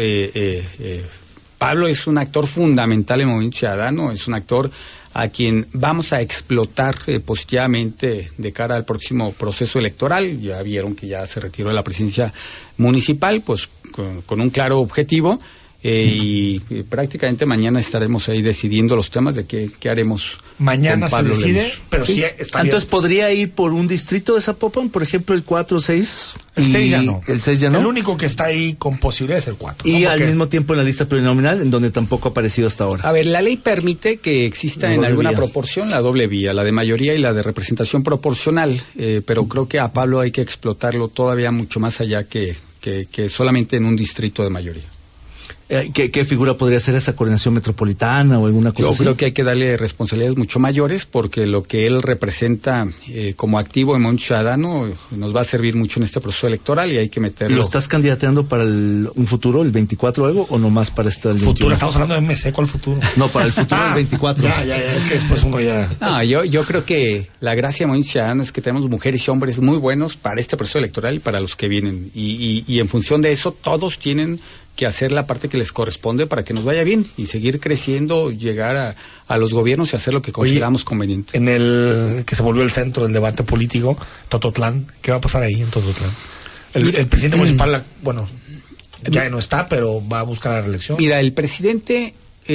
Pablo es un actor fundamental en Movimiento Ciudadano, es un actor a quien vamos a explotar positivamente de cara al próximo proceso electoral. Ya vieron que ya se retiró de la presidencia municipal, pues con un claro objetivo, y prácticamente mañana estaremos ahí decidiendo los temas de qué haremos. Mañana se decide, Lemus. Pero sí está entonces bien. ¿Podría ir por un distrito de Zapopan? Por ejemplo, el 4 o 6. El 6 ya no. El 6 ya no. El único que está ahí con posibilidad es el 4. Y al mismo tiempo en la lista plurinominal, en donde tampoco ha aparecido hasta ahora. A ver, la ley permite que exista en alguna proporción la doble vía, la de mayoría y la de representación proporcional, pero creo que a Pablo hay que explotarlo todavía mucho más allá que solamente en un distrito de mayoría. ¿Qué figura podría ser esa coordinación metropolitana o alguna cosa así? Yo creo que hay que darle responsabilidades mucho mayores porque lo que él representa como activo en Movimiento Ciudadano nos va a servir mucho en este proceso electoral y hay que meterlo. ¿Lo estás candidateando para un futuro, el 24 o algo, o nomás para este el 21? Futuro, estamos hablando de MC, ¿cuál futuro? No, para el futuro del 24. Ya, es que después uno ya... No, yo creo que la gracia de Movimiento Ciudadano es que tenemos mujeres y hombres muy buenos para este proceso electoral y para los que vienen. Y en función de eso, todos tienen que hacer la parte que les corresponde para que nos vaya bien y seguir creciendo, llegar a los gobiernos y hacer lo que consideramos conveniente. En el que se volvió el centro del debate político, Tototlán, ¿qué va a pasar ahí en Tototlán? El presidente municipal, bueno, ya no está, pero va a buscar la reelección. Mira, el presidente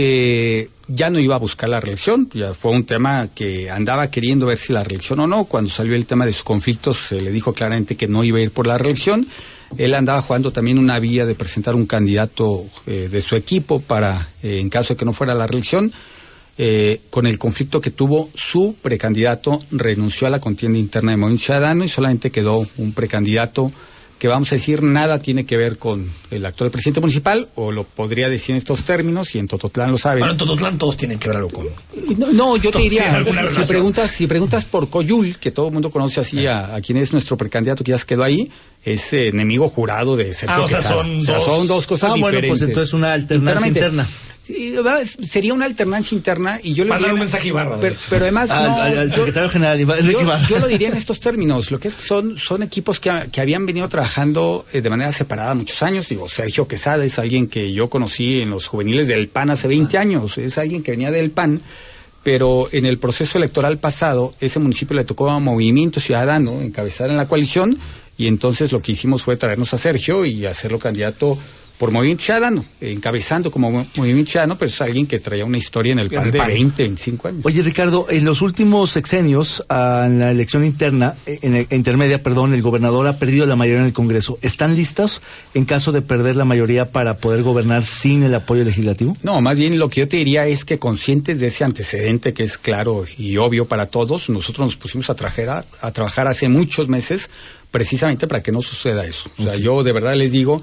ya no iba a buscar la reelección, ya fue un tema que andaba queriendo ver si la reelección o no. Cuando salió el tema de sus conflictos, se le dijo claramente que no iba a ir por la reelección. Él andaba jugando también una vía de presentar un candidato de su equipo para, en caso de que no fuera la reelección, con el conflicto que tuvo su precandidato, renunció a la contienda interna de Movimiento Ciudadano y solamente quedó un precandidato que vamos a decir nada tiene que ver con el actual presidente municipal, o lo podría decir en estos términos, y en Tototlán lo saben. Bueno, en Tototlán todos tienen que ver algo con... No, yo te diría, si preguntas por Coyul, que todo el mundo conoce así a quien es nuestro precandidato que ya se quedó ahí, es enemigo jurado de Sergio Quesada. Son dos cosas diferentes. Bueno, pues entonces una alternancia interna. Sí, sería una alternancia interna, y yo le mandar un mensaje Ibarra, pero además al secretario general Enrique Ibarra. Yo lo diría en estos términos. Lo que es que son equipos que habían venido trabajando de manera separada muchos años. Digo, Sergio Quesada es alguien que yo conocí en los juveniles del PAN hace 20 años. Es alguien que venía del PAN, pero en el proceso electoral pasado ese municipio le tocó a Movimiento Ciudadano encabezar en la coalición, y entonces lo que hicimos fue traernos a Sergio y hacerlo candidato por Movimiento Ciudadano, encabezando como Movimiento Ciudadano, pero es alguien que traía una historia en el PAN de 20, 25 años. Oye, Ricardo, en los últimos sexenios, en la elección intermedia, el gobernador ha perdido la mayoría en el Congreso. ¿Están listos en caso de perder la mayoría para poder gobernar sin el apoyo legislativo? No, más bien lo que yo te diría es que, conscientes de ese antecedente que es claro y obvio para todos, nosotros nos pusimos a trabajar hace muchos meses precisamente para que no suceda eso. O sea, yo de verdad les digo...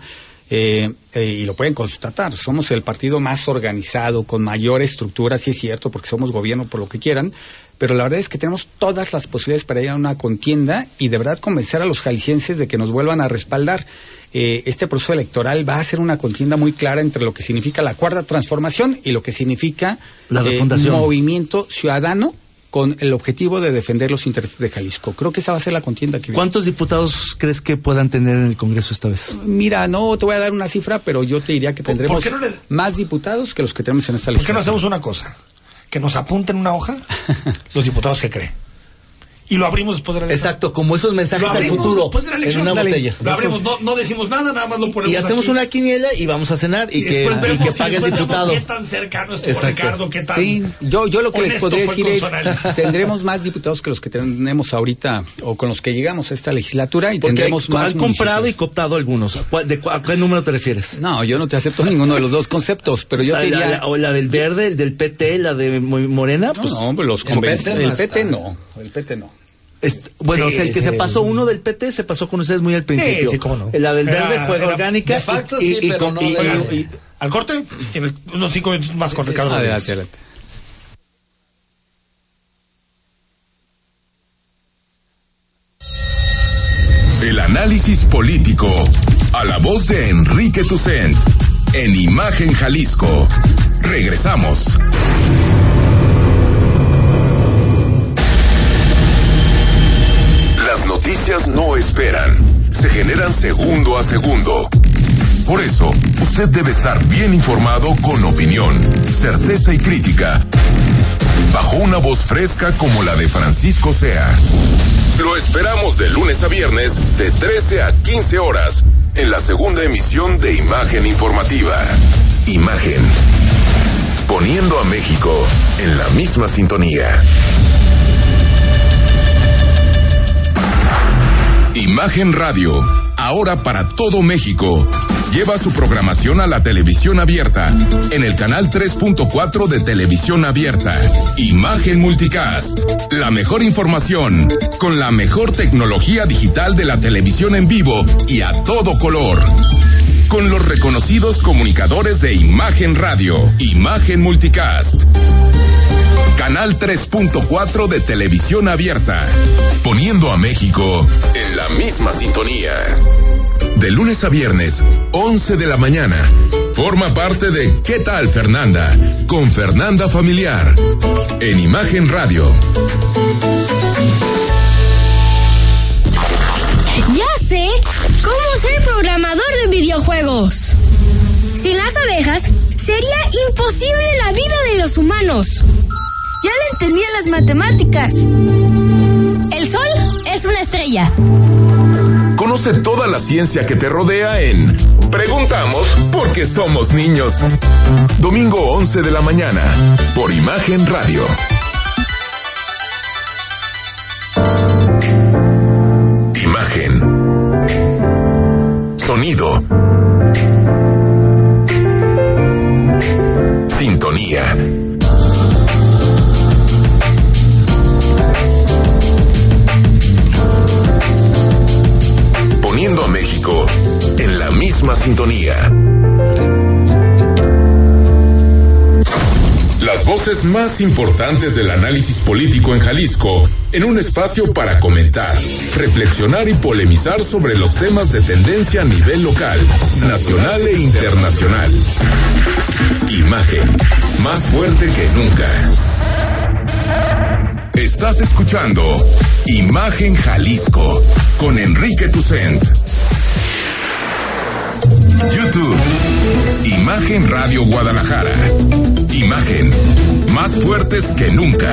y lo pueden constatar, somos el partido más organizado, con mayor estructura, sí es cierto, porque somos gobierno por lo que quieran, pero la verdad es que tenemos todas las posibilidades para ir a una contienda y de verdad convencer a los jaliscienses de que nos vuelvan a respaldar. Este proceso electoral va a ser una contienda muy clara entre lo que significa la Cuarta Transformación y lo que significa la refundación. Movimiento Ciudadano, con el objetivo de defender los intereses de Jalisco. Creo que esa va a ser la contienda que viene. ¿Cuántos diputados crees que puedan tener en el Congreso esta vez? Mira, no te voy a dar una cifra, pero yo te diría que tendremos más diputados que los que tenemos en esta legislatura. ¿Por qué no hacemos una cosa? Que nos apunten una hoja los diputados que creen. Y lo abrimos después de la elección. Exacto, como esos mensajes al futuro en una botella. Lo abrimos, no decimos nada más lo ponemos. Y hacemos aquí una quiniela y vamos a cenar y que pague el diputado. ¿Qué tan cercano estuvo Ricardo? ¿Qué tan sí, yo lo que les podría decir es, tendremos más diputados que los que tenemos ahorita o con los que llegamos a esta legislatura, y porque tendremos más. Han comprado y cooptado algunos. ¿A qué número te refieres? No, yo no te acepto ninguno de los dos conceptos, pero yo te diría... O la del Verde, el del PT, la de Morena. Pues no, los convencen. El PT no. Bueno, sí, o sea, el que se pasó uno del PT se pasó con ustedes muy al principio. Sí, cómo no. La del Verde fue orgánica. De facto sí, pero no. Al corte, tiene unos 5 minutos más con Ricardo. Adelante. El análisis político a la voz de Enrique Tucent en Imagen Jalisco. Regresamos. Las noticias no esperan, se generan segundo a segundo. Por eso, usted debe estar bien informado con opinión, certeza y crítica, bajo una voz fresca como la de Francisco Sea. Lo esperamos de lunes a viernes, de 13 a 15 horas, en la segunda emisión de Imagen Informativa. Imagen. Poniendo a México en la misma sintonía. Imagen Radio, ahora para todo México, lleva su programación a la televisión abierta, en el canal 3.4 de Televisión Abierta. Imagen Multicast, la mejor información, con la mejor tecnología digital de la televisión en vivo y a todo color. Con los reconocidos comunicadores de Imagen Radio, Imagen Multicast. Canal 3.4 de Televisión Abierta, poniendo a México en la misma sintonía. De lunes a viernes, 11 de la mañana. Forma parte de ¿Qué tal, Fernanda? Con Fernanda Familiar, en Imagen Radio. Ya sé cómo ser programador de videojuegos. Sin las abejas, sería imposible la vida de los humanos. Ya lo entendí en las matemáticas. El sol es una estrella. Conoce toda la ciencia que te rodea en Preguntamos porque somos niños. Domingo 11 de la mañana, por Imagen Radio. Imagen. Sonido. Sintonía. Poniendo a México sintonía. Las voces más importantes del análisis político en Jalisco, en un espacio para comentar, reflexionar y polemizar sobre los temas de tendencia a nivel local, nacional e internacional. Imagen, más fuerte que nunca. Estás escuchando Imagen Jalisco con Enrique Tucent. YouTube, Imagen Radio Guadalajara. Imagen, más fuertes que nunca.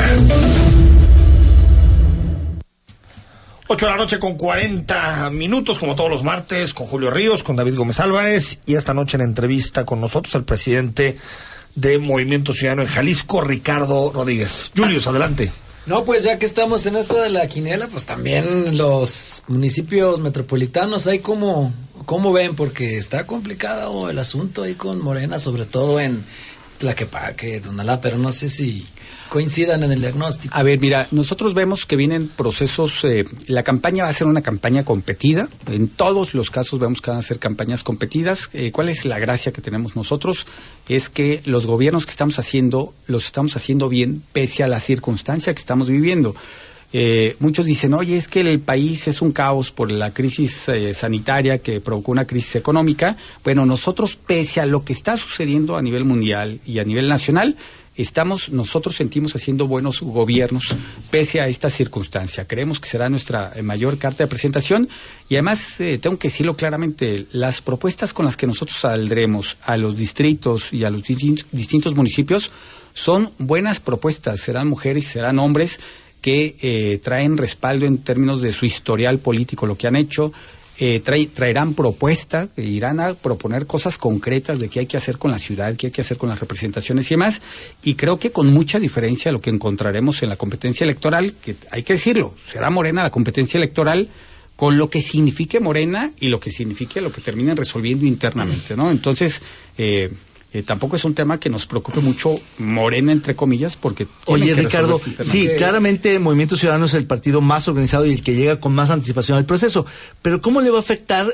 8 de la noche con 40 minutos, como todos los martes, con Julio Ríos, con David Gómez Álvarez, y esta noche en entrevista con nosotros el presidente de Movimiento Ciudadano en Jalisco, Ricardo Rodríguez. Julius, adelante. No, pues ya que estamos en esto de la quiniela, pues también los municipios metropolitanos, ahí ¿cómo ven? Porque está complicado el asunto ahí con Morena, sobre todo en Tlaquepaque, Tonalá, pero no sé si coincidan en el diagnóstico. A ver, mira, nosotros vemos que vienen procesos, la campaña va a ser una campaña competida, en todos los casos vemos que van a ser campañas competidas. ¿Cuál es la gracia que tenemos nosotros? Es que los gobiernos que estamos haciendo, los estamos haciendo bien pese a la circunstancia que estamos viviendo. Muchos dicen, oye, es que el país es un caos por la crisis sanitaria que provocó una crisis económica. Bueno, nosotros, pese a lo que está sucediendo a nivel mundial y a nivel nacional, nosotros sentimos haciendo buenos gobiernos pese a esta circunstancia. Creemos que será nuestra mayor carta de presentación y además tengo que decirlo claramente, las propuestas con las que nosotros saldremos a los distritos y a los distintos municipios son buenas propuestas, serán mujeres, serán hombres que traen respaldo en términos de su historial político, lo que han hecho. Traerán propuesta, irán a proponer cosas concretas de qué hay que hacer con la ciudad, qué hay que hacer con las representaciones y demás, y creo que con mucha diferencia a lo que encontraremos en la competencia electoral, que hay que decirlo, será Morena la competencia electoral, con lo que signifique Morena y lo que signifique lo que terminen resolviendo internamente, ¿no? Entonces, tampoco es un tema que nos preocupe mucho Morena, entre comillas, porque... Oye, Ricardo, sí, claramente Movimiento Ciudadano es el partido más organizado y el que llega con más anticipación al proceso, pero ¿cómo le va a afectar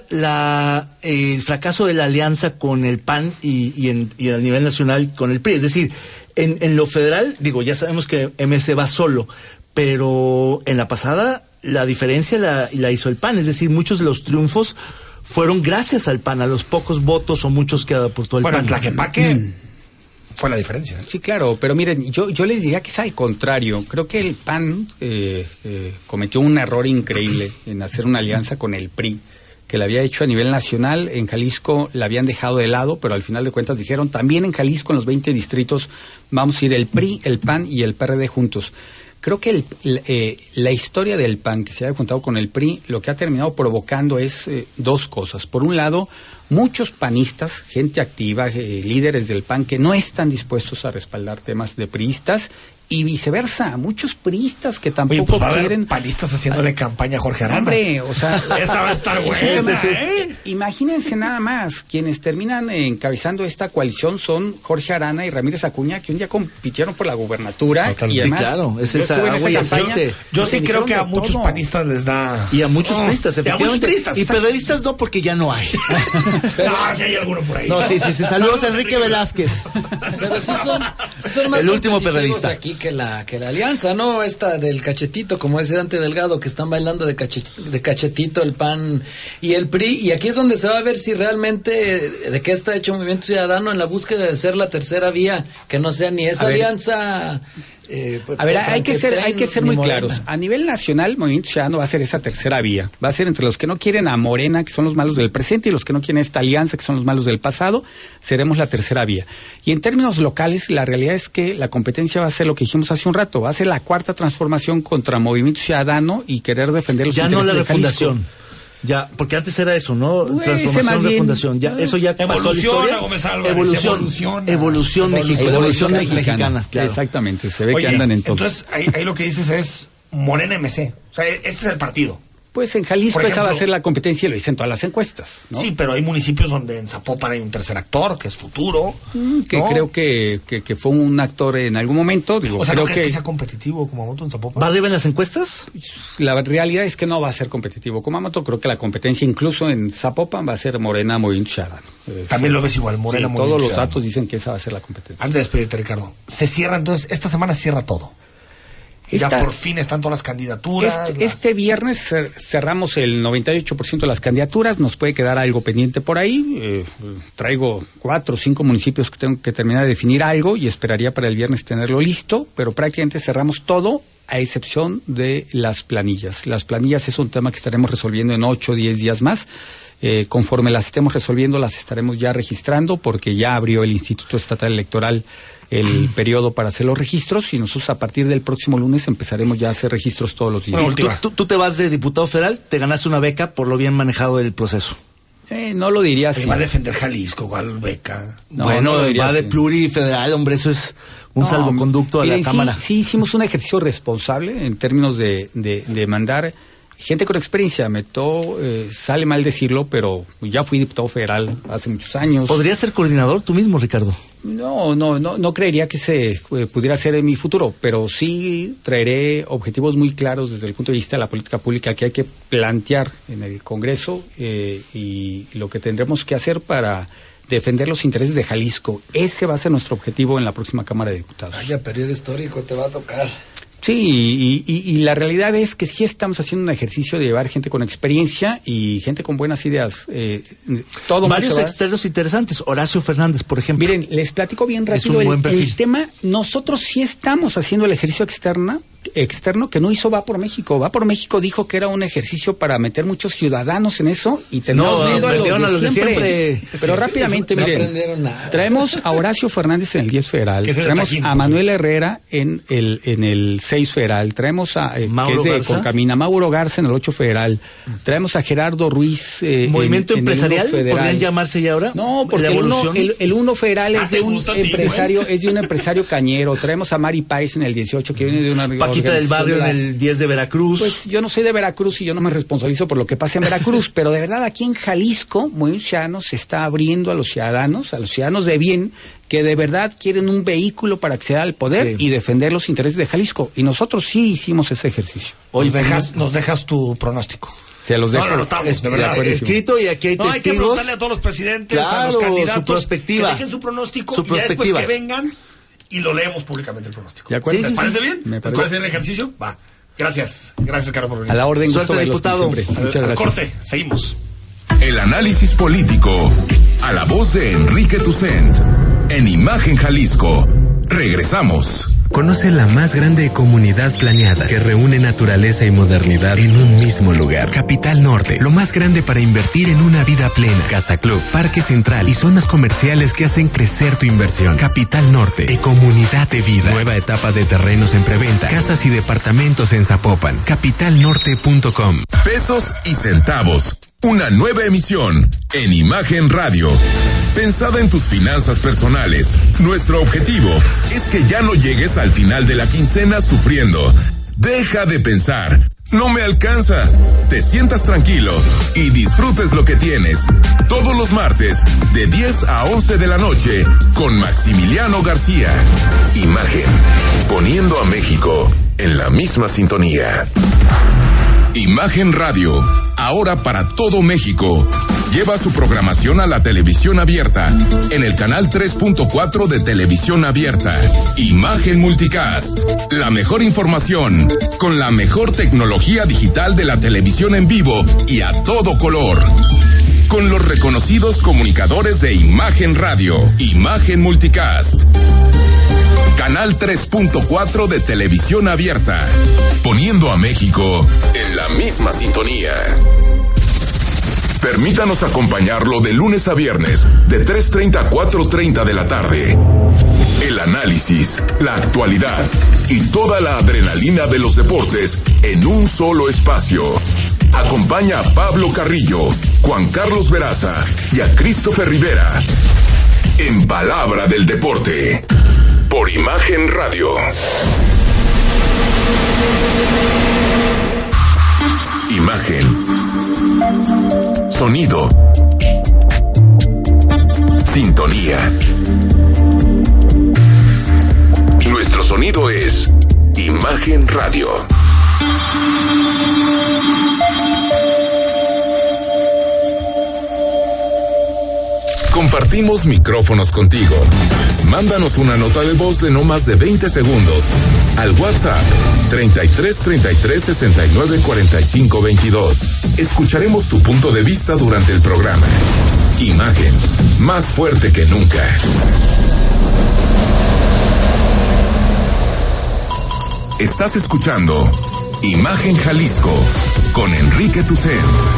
el fracaso de la alianza con el PAN y a nivel nacional con el PRI? Es decir, en lo federal, ya sabemos que MC va solo, pero en la pasada la diferencia la hizo el PAN, es decir, muchos de los triunfos fueron gracias al PAN, a los pocos votos o muchos que aportó el PAN. Bueno, en Tlaquepaque fue la diferencia. Sí, claro, pero miren, yo les diría que es al contrario. Creo que el PAN cometió un error increíble en hacer una alianza con el PRI, que la había hecho a nivel nacional. En Jalisco la habían dejado de lado, pero al final de cuentas dijeron, también en Jalisco, en los 20 distritos, vamos a ir el PRI, el PAN y el PRD juntos. Creo que la historia del PAN, que se haya juntado con el PRI, lo que ha terminado provocando es dos cosas. Por un lado, muchos panistas, gente activa, líderes del PAN, que no están dispuestos a respaldar temas de priistas, y viceversa, muchos priistas que tampoco quieren... panistas haciéndole campaña a Jorge Arana. Hombre, o sea... Esa va a estar buena, Imagínense nada más, quienes terminan encabezando esta coalición son Jorge Arana y Ramírez Acuña, que un día compitieron por la gubernatura. Totalmente. Y además, sí, claro, es esa agua y aceite. Yo sí creo que a muchos panistas les da... Y a muchos priistas, efectivamente. Y periodistas no, porque ya no hay. Pero si hay alguno por ahí. No, sí. Saludos a Enrique Velázquez. Pero sí son más el último periodista aquí que la alianza, ¿no? Esta del cachetito, como dice Dante Delgado, que están bailando de cachetito el PAN y el PRI, y aquí es donde se va a ver si realmente de qué está hecho Movimiento Ciudadano en la búsqueda de ser la tercera vía, que no sea ni esa alianza... a ver, hay que ser muy claros. A nivel nacional, Movimiento Ciudadano va a ser esa tercera vía. Va a ser entre los que no quieren a Morena, que son los malos del presente, y los que no quieren esta alianza, que son los malos del pasado. Seremos la tercera vía. Y en términos locales, la realidad es que la competencia va a ser lo que dijimos hace un rato. Va a ser la cuarta transformación contra Movimiento Ciudadano y querer defender los intereses de Jalisco. Ya no la refundación. Ya, porque antes era eso, ¿no? Transformación, refundación. Ya, eso ya pasó a la historia. Evolución mexicana. Claro. Exactamente, se ve que andan en todo. Entonces, ahí lo que dices es Morena MC. O sea, este es el partido. Pues en Jalisco esa va a ser la competencia y lo dicen todas las encuestas, ¿no? Sí, pero hay municipios donde en Zapopan hay un tercer actor, que es Futuro. Que ¿no? Creo que fue un actor en algún momento. Digo, o sea, creo ¿no crees que sea competitivo Kumamoto en Zapopan? ¿Va arriba en las encuestas? La realidad es que no va a ser competitivo Kumamoto. Creo que la competencia incluso en Zapopan va a ser Morena, Movimiento Ciudadano. También lo ves igual, Morena. Sí, todos los datos dicen que esa va a ser la competencia. Antes de despedirte, Ricardo, se cierra entonces, esta semana cierra todo. Ya por fin están todas las candidaturas. Este viernes cerramos el 98% de las candidaturas, nos puede quedar algo pendiente por ahí. Traigo 4 o 5 municipios que tengo que terminar de definir algo y esperaría para el viernes tenerlo listo, pero prácticamente cerramos todo a excepción de las planillas. Las planillas es un tema que estaremos resolviendo en 8 o 10 días más. Conforme las estemos resolviendo, las estaremos ya registrando porque ya abrió el Instituto Estatal Electoral el periodo para hacer los registros y nosotros a partir del próximo lunes empezaremos ya a hacer registros todos los días. Bueno, tú te vas de diputado federal, te ganaste una beca por lo bien manejado del proceso. No lo diría así. Va a defender Jalisco, ¿cuál beca? No, bueno, va de plurifederal, hombre, eso es un salvoconducto a la Cámara. Sí hicimos un ejercicio responsable en términos de mandar gente con experiencia. Sale mal decirlo, pero ya fui diputado federal hace muchos años. ¿Podrías ser coordinador tú mismo, Ricardo? No creería que se pudiera hacer en mi futuro, pero sí traeré objetivos muy claros desde el punto de vista de la política pública que hay que plantear en el Congreso y lo que tendremos que hacer para defender los intereses de Jalisco. Ese va a ser nuestro objetivo en la próxima Cámara de Diputados. Vaya, periodo histórico te va a tocar. Sí, y la realidad es que sí estamos haciendo un ejercicio de llevar gente con experiencia y gente con buenas ideas. Varios externos interesantes. Horacio Fernández, por ejemplo. Miren, les platico bien rápido el tema. Nosotros sí estamos haciendo el ejercicio externo que no hizo Va por México. Va por México dijo que era un ejercicio para meter muchos ciudadanos en eso y tenemos miedo a los de siempre. Pero rápidamente, miren, traemos a Horacio Fernández en el 10 federal, traemos a Manuel Herrera en el 6 federal, traemos a Mauro que es de Concamina, Mauro Garza en el 8 federal, traemos a Gerardo Ruiz ¿Movimiento empresarial? ¿Podrían llamarse ya ahora? No, porque el 1 federal es de un empresario cañero. Traemos a Mari Páez en el 18 que viene de una Paquita del Barrio en el 10 de Veracruz. Pues yo no soy de Veracruz y yo no me responsabilizo por lo que pasa en Veracruz, pero de verdad aquí en Jalisco, Movimiento Ciudadano se está abriendo a los ciudadanos de bien, que de verdad quieren un vehículo para acceder al poder y defender los intereses de Jalisco. Y nosotros sí hicimos ese ejercicio. Hoy nos dejas tu pronóstico. Se los dejo. De verdad, escrito y aquí hay testigos. Hay que preguntarle a todos los presidentes, a los candidatos, su perspectiva. Que dejen su pronóstico y ya después que vengan y lo leemos públicamente el pronóstico. ¿De acuerdo? ¿Te parece bien? Me parece bien el ejercicio. Va. Gracias, Ricardo, por venir. A la orden, suerte, diputado. Muchas gracias. Corte, seguimos. El análisis político a la voz de Enrique Tucent en Imagen Jalisco. Regresamos. Conoce la más grande comunidad planeada que reúne naturaleza y modernidad en un mismo lugar. Capital Norte, lo más grande para invertir en una vida plena. Casa Club, Parque Central y zonas comerciales que hacen crecer tu inversión. Capital Norte, comunidad de vida. Nueva etapa de terrenos en preventa, casas y departamentos en Zapopan. Capitalnorte.com. Pesos y centavos. Una nueva emisión en Imagen Radio. Pensada en tus finanzas personales. Nuestro objetivo es que ya no llegues al final de la quincena sufriendo. Deja de pensar, no me alcanza. Te sientas tranquilo y disfrutes lo que tienes. Todos los martes, de 10 a 11 de la noche, con Maximiliano García. Imagen, poniendo a México en la misma sintonía. Imagen Radio, ahora para todo México. Lleva su programación a la televisión abierta, en el canal 3.4 de televisión abierta. Imagen Multicast, la mejor información, con la mejor tecnología digital de la televisión en vivo y a todo color. Con los reconocidos comunicadores de Imagen Radio, Imagen Multicast. Canal 3.4 de televisión abierta, poniendo a México en la misma sintonía. Permítanos acompañarlo de lunes a viernes, de 3:30 a 4:30 de la tarde. El análisis, la actualidad y toda la adrenalina de los deportes en un solo espacio. Acompaña a Pablo Carrillo, Juan Carlos Veraza y a Christopher Rivera en Palabra del Deporte, por Imagen Radio. Imagen, sonido, sintonía. Nuestro sonido es Imagen Radio. Compartimos micrófonos contigo. Mándanos una nota de voz de no más de 20 segundos al WhatsApp 33 33 69 45 22. Escucharemos tu punto de vista durante el programa. Imagen, más fuerte que nunca. Estás escuchando Imagen Jalisco con Enrique Tucen.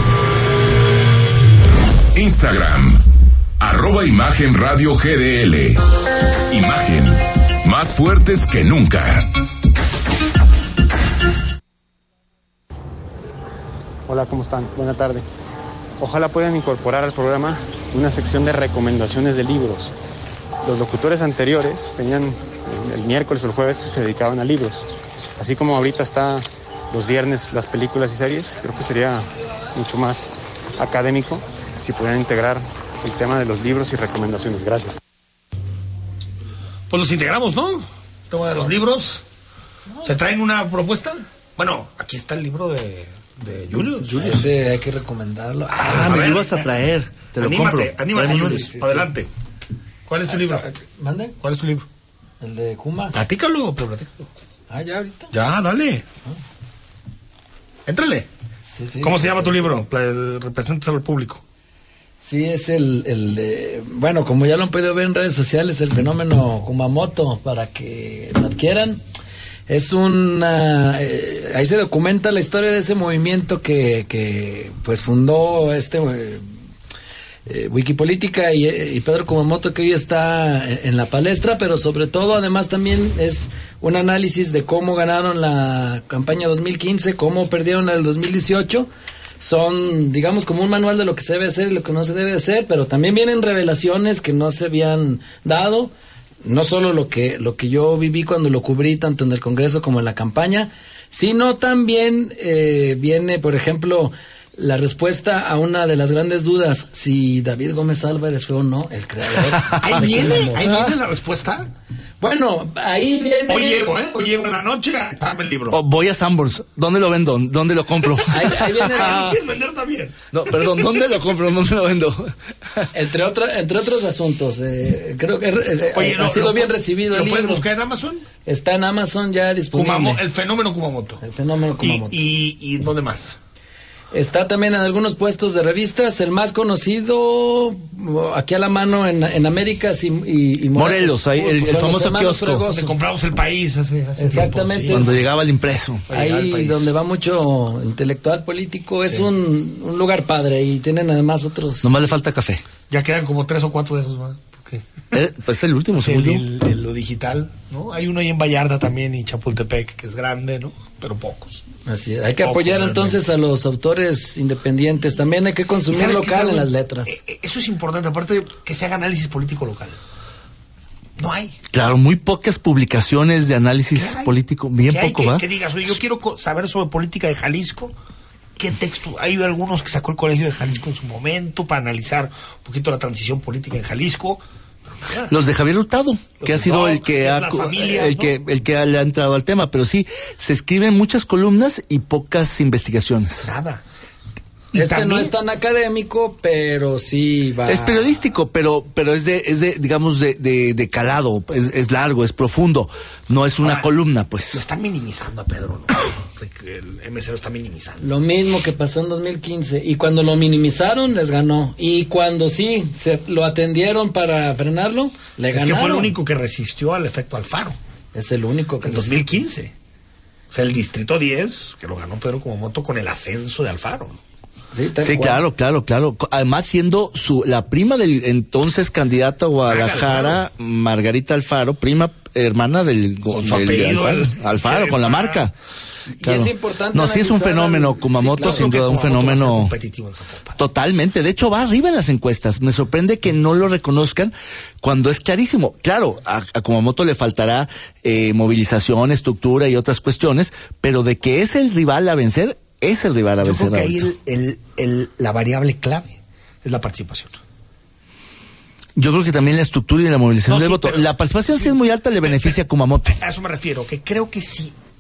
Instagram, @Imagen Radio GDL. Imagen, más fuertes que nunca. Hola, ¿cómo están? Buena tarde. Ojalá puedan incorporar al programa una sección de recomendaciones de libros. Los locutores anteriores tenían el miércoles o el jueves que se dedicaban a libros. Así como ahorita está los viernes las películas y series, creo que sería mucho más académico si pudieran integrar el tema de los libros y recomendaciones. Gracias. Pues los integramos, ¿no? El tema de los libros. ¿Se traen una propuesta? Bueno, aquí está el libro de Julio. Ese hay que recomendarlo. Me lo ibas a traer. Te lo compro. Anímate, Julio. Adelante. ¿Cuál es tu libro? ¿Mande? ¿Cuál es tu libro? El de Kuma. Platícalo, pero platícalo. Ya ahorita. Ya, dale. Éntrale. Sí, ¿cómo se llama tu libro? Representas al público. Sí, es el de... Bueno, como ya lo han podido ver en redes sociales, el fenómeno Kumamoto, para que lo adquieran. Es ahí se documenta la historia de ese movimiento que pues fundó Wikipolítica y Pedro Kumamoto, que hoy está en la palestra, pero sobre todo además también es un análisis de cómo ganaron la campaña 2015, cómo perdieron la del 2018. Son, digamos, como un manual de lo que se debe hacer y lo que no se debe hacer, pero también vienen revelaciones que no se habían dado, no solo lo que yo viví cuando lo cubrí tanto en el Congreso como en la campaña, sino también viene, por ejemplo, la respuesta a una de las grandes dudas, si David Gómez Álvarez fue o no el creador. Ahí viene la respuesta. Bueno, ahí viene. Hoy llego en la noche, dame el libro. Voy a Sanborns. ¿Dónde lo vendo? ¿Dónde lo compro? Ahí viene. ¿Lo quieres vender también? No, perdón, ¿dónde lo compro? ¿Dónde lo vendo? Entre otros asuntos, creo que ha sido bien recibido el libro. ¿Lo puedes buscar en Amazon? Está en Amazon ya disponible. El fenómeno Kumamoto. El fenómeno Kumamoto. ¿Y dónde más? Está también en algunos puestos de revistas. El más conocido aquí a la mano en Américas y Morelos, ahí el famoso kiosco donde compramos El País hace exactamente tiempo, sí. Cuando llegaba el impreso. Ahí donde va mucho intelectual político. Es un lugar padre y tienen además otros. Nomás le falta café. Ya quedan como 3 o 4 de esos, ¿no? Pues el último, lo digital, ¿no? Hay uno ahí en Vallarta también y Chapultepec, que es grande, ¿no? Pero pocos. Así es. Hay que apoyar entonces a los autores independientes. También hay que consumir local en las letras. Eso es importante, aparte de que se haga análisis político local. No hay. Claro, muy pocas publicaciones de análisis político, bien poco, ¿va? Que digas, oye, yo quiero saber sobre política de Jalisco. ¿Qué texto? Hay algunos que sacó el Colegio de Jalisco en su momento para analizar un poquito la transición política en Jalisco. Los de Javier Hurtado, que ha sido el que le ha entrado al tema, pero sí, se escriben muchas columnas y pocas investigaciones. Nada. No es tan académico, pero sí va. Es periodístico, pero es de digamos de calado, es largo, es profundo, no es una columna, pues. Lo están minimizando a Pedro, ¿no? El MC lo está minimizando. Lo mismo que pasó en 2015, y cuando lo minimizaron les ganó, y cuando sí lo atendieron para frenarlo, le ganaron. Es que fue el único que resistió al efecto Alfaro. Es el único que en 2015. O sea, el distrito 10 que lo ganó Pedro Kumamoto con el ascenso de Alfaro. Sí, claro. Además, siendo la prima del entonces candidato a Guadalajara, Margarita Alfaro, prima hermana del Alfaro, con la marca. Claro. Y es importante. No, sí es un fenómeno, Kumamoto, sin duda, un fenómeno totalmente. De hecho, va arriba en las encuestas. Me sorprende que no lo reconozcan cuando es clarísimo. Claro, a Kumamoto le faltará movilización, estructura y otras cuestiones, pero de que es el rival a vencer, es el rival a vencer. Yo creo que ahí la variable clave es la participación. Yo creo que también la estructura y la movilización del voto. La participación, si es muy alta, le beneficia a Kumamoto. A eso me refiero, que creo que si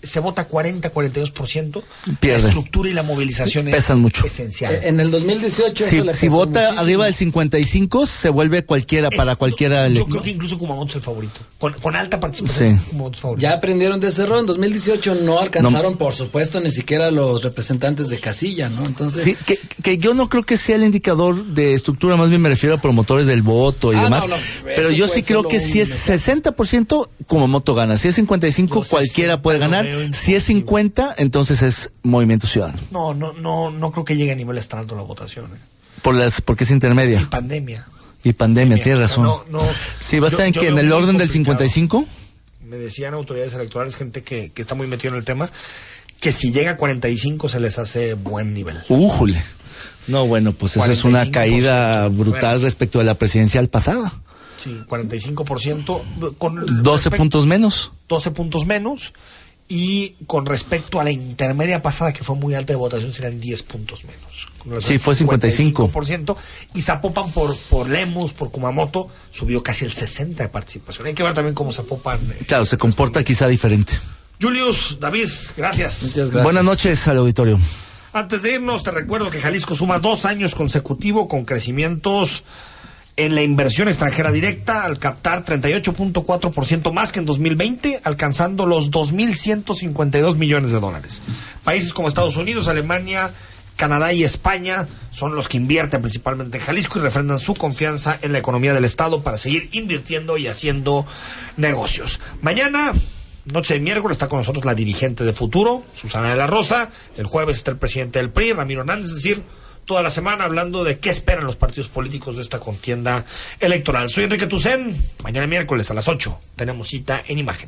se vota 42%, pierde. La estructura y la movilización pesan mucho. Esencial. En el 2018 si vota muchísimo. Arriba del 55 se vuelve cualquiera para cualquiera. Yo creo que incluso Kumamoto es el favorito. Con alta participación. Sí. Kumamoto es favorito. Ya aprendieron de ese error. En 2018 no alcanzaron, por supuesto, ni siquiera los representantes de casilla, ¿no? Entonces, sí, que yo no creo que sea el indicador de estructura, más bien me refiero a promotores del voto y demás. No, pero yo sí creo que si es 60% Kumamoto gana, si es 55 cualquiera puede ganar, si es 50 entonces es Movimiento Ciudadano. No creo que llegue a niveles tan altos la votación. Porque es intermedia. Y pandemia, tienes razón. Sí, va a estar en el orden del 55. Me decían autoridades electorales, gente que está muy metida en el tema, que si llega a 45 se les hace buen nivel. ¡Újule! No, bueno, pues eso es una caída brutal respecto de la presidencial pasada. Sí, 45%. Con 12 puntos menos. 12 puntos menos. Y con respecto a la intermedia pasada, que fue muy alta de votación, serán 10 puntos menos. Sí, fue 55%. Y Zapopan por Lemus, por Kumamoto, subió casi el 60% de participación. Hay que ver también cómo Zapopan... Claro, se comporta quizá diferente. Julius, David, gracias. Muchas gracias. Buenas noches al auditorio. Antes de irnos, te recuerdo que Jalisco suma 2 años consecutivos con crecimientos en la inversión extranjera directa, al captar 38.4% más que en 2020, alcanzando los $2,152 millones. Países como Estados Unidos, Alemania, Canadá y España son los que invierten principalmente en Jalisco y refrendan su confianza en la economía del Estado para seguir invirtiendo y haciendo negocios. Mañana, noche de miércoles, está con nosotros la dirigente de Futuro, Susana de la Rosa. El jueves está el presidente del PRI, Ramiro Hernández, es decir, toda la semana hablando de qué esperan los partidos políticos de esta contienda electoral. Soy Enrique Tucen. Mañana miércoles a las 8 tenemos cita en Imagen.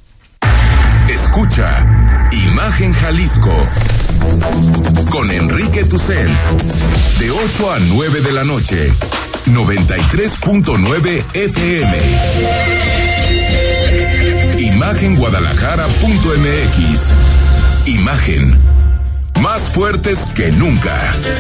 Escucha Imagen Jalisco con Enrique Tucent de 8 a 9 de la noche, 93.9 FM. Imagenguadalajara.mx. Imagen. Más fuertes que nunca.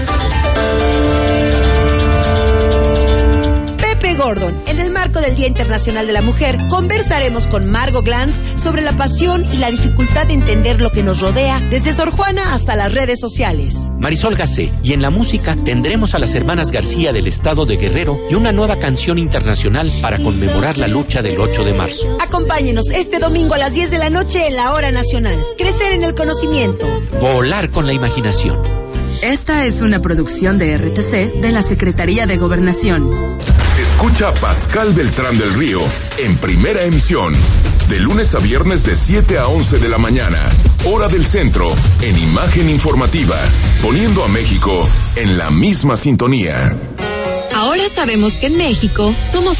Pepe Gordon, en el marco del Día Internacional de la Mujer, conversaremos con Margo Glantz sobre la pasión y la dificultad de entender lo que nos rodea, desde Sor Juana hasta las redes sociales. Marisol Gacé, y en la música tendremos a las hermanas García del estado de Guerrero y una nueva canción internacional para conmemorar la lucha del 8 de marzo. Acompáñenos este domingo a las 10 de la noche en la Hora Nacional. Crecer en el conocimiento. Volar con la imaginación. Esta es una producción de RTC de la Secretaría de Gobernación. Escucha a Pascal Beltrán del Río en Primera Emisión, de lunes a viernes de 7 a 11 de la mañana, hora del centro, en Imagen Informativa, poniendo a México en la misma sintonía. Ahora sabemos que en México somos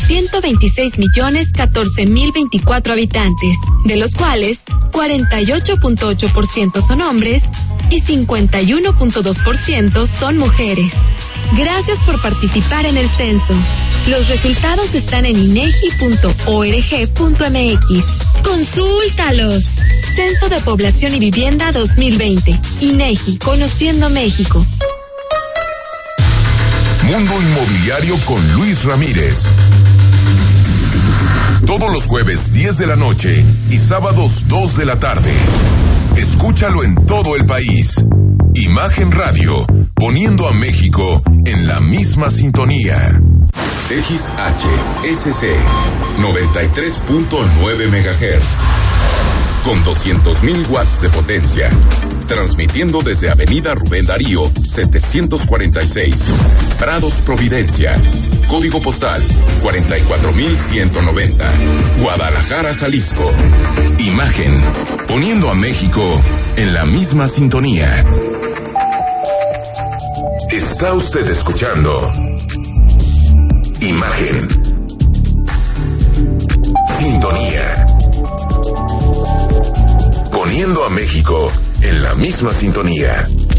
126.014.024 habitantes, de los cuales 48.8% son hombres y 51.2% son mujeres. Gracias por participar en el censo. Los resultados están en inegi.org.mx. ¡Consúltalos! Censo de Población y Vivienda 2020. INEGI, Conociendo México. Mundo Inmobiliario con Luis Ramírez. Todos los jueves 10 de la noche y sábados 2 de la tarde. Escúchalo en todo el país. Imagen Radio, poniendo a México en la misma sintonía. XHSC 93.9 MHz con 200.000 watts de potencia, transmitiendo desde Avenida Rubén Darío 746, Prados Providencia, código postal 44.190, Guadalajara, Jalisco. Imagen, poniendo a México en la misma sintonía. Está usted escuchando Imagen. Sintonía. Poniendo a México en la misma sintonía.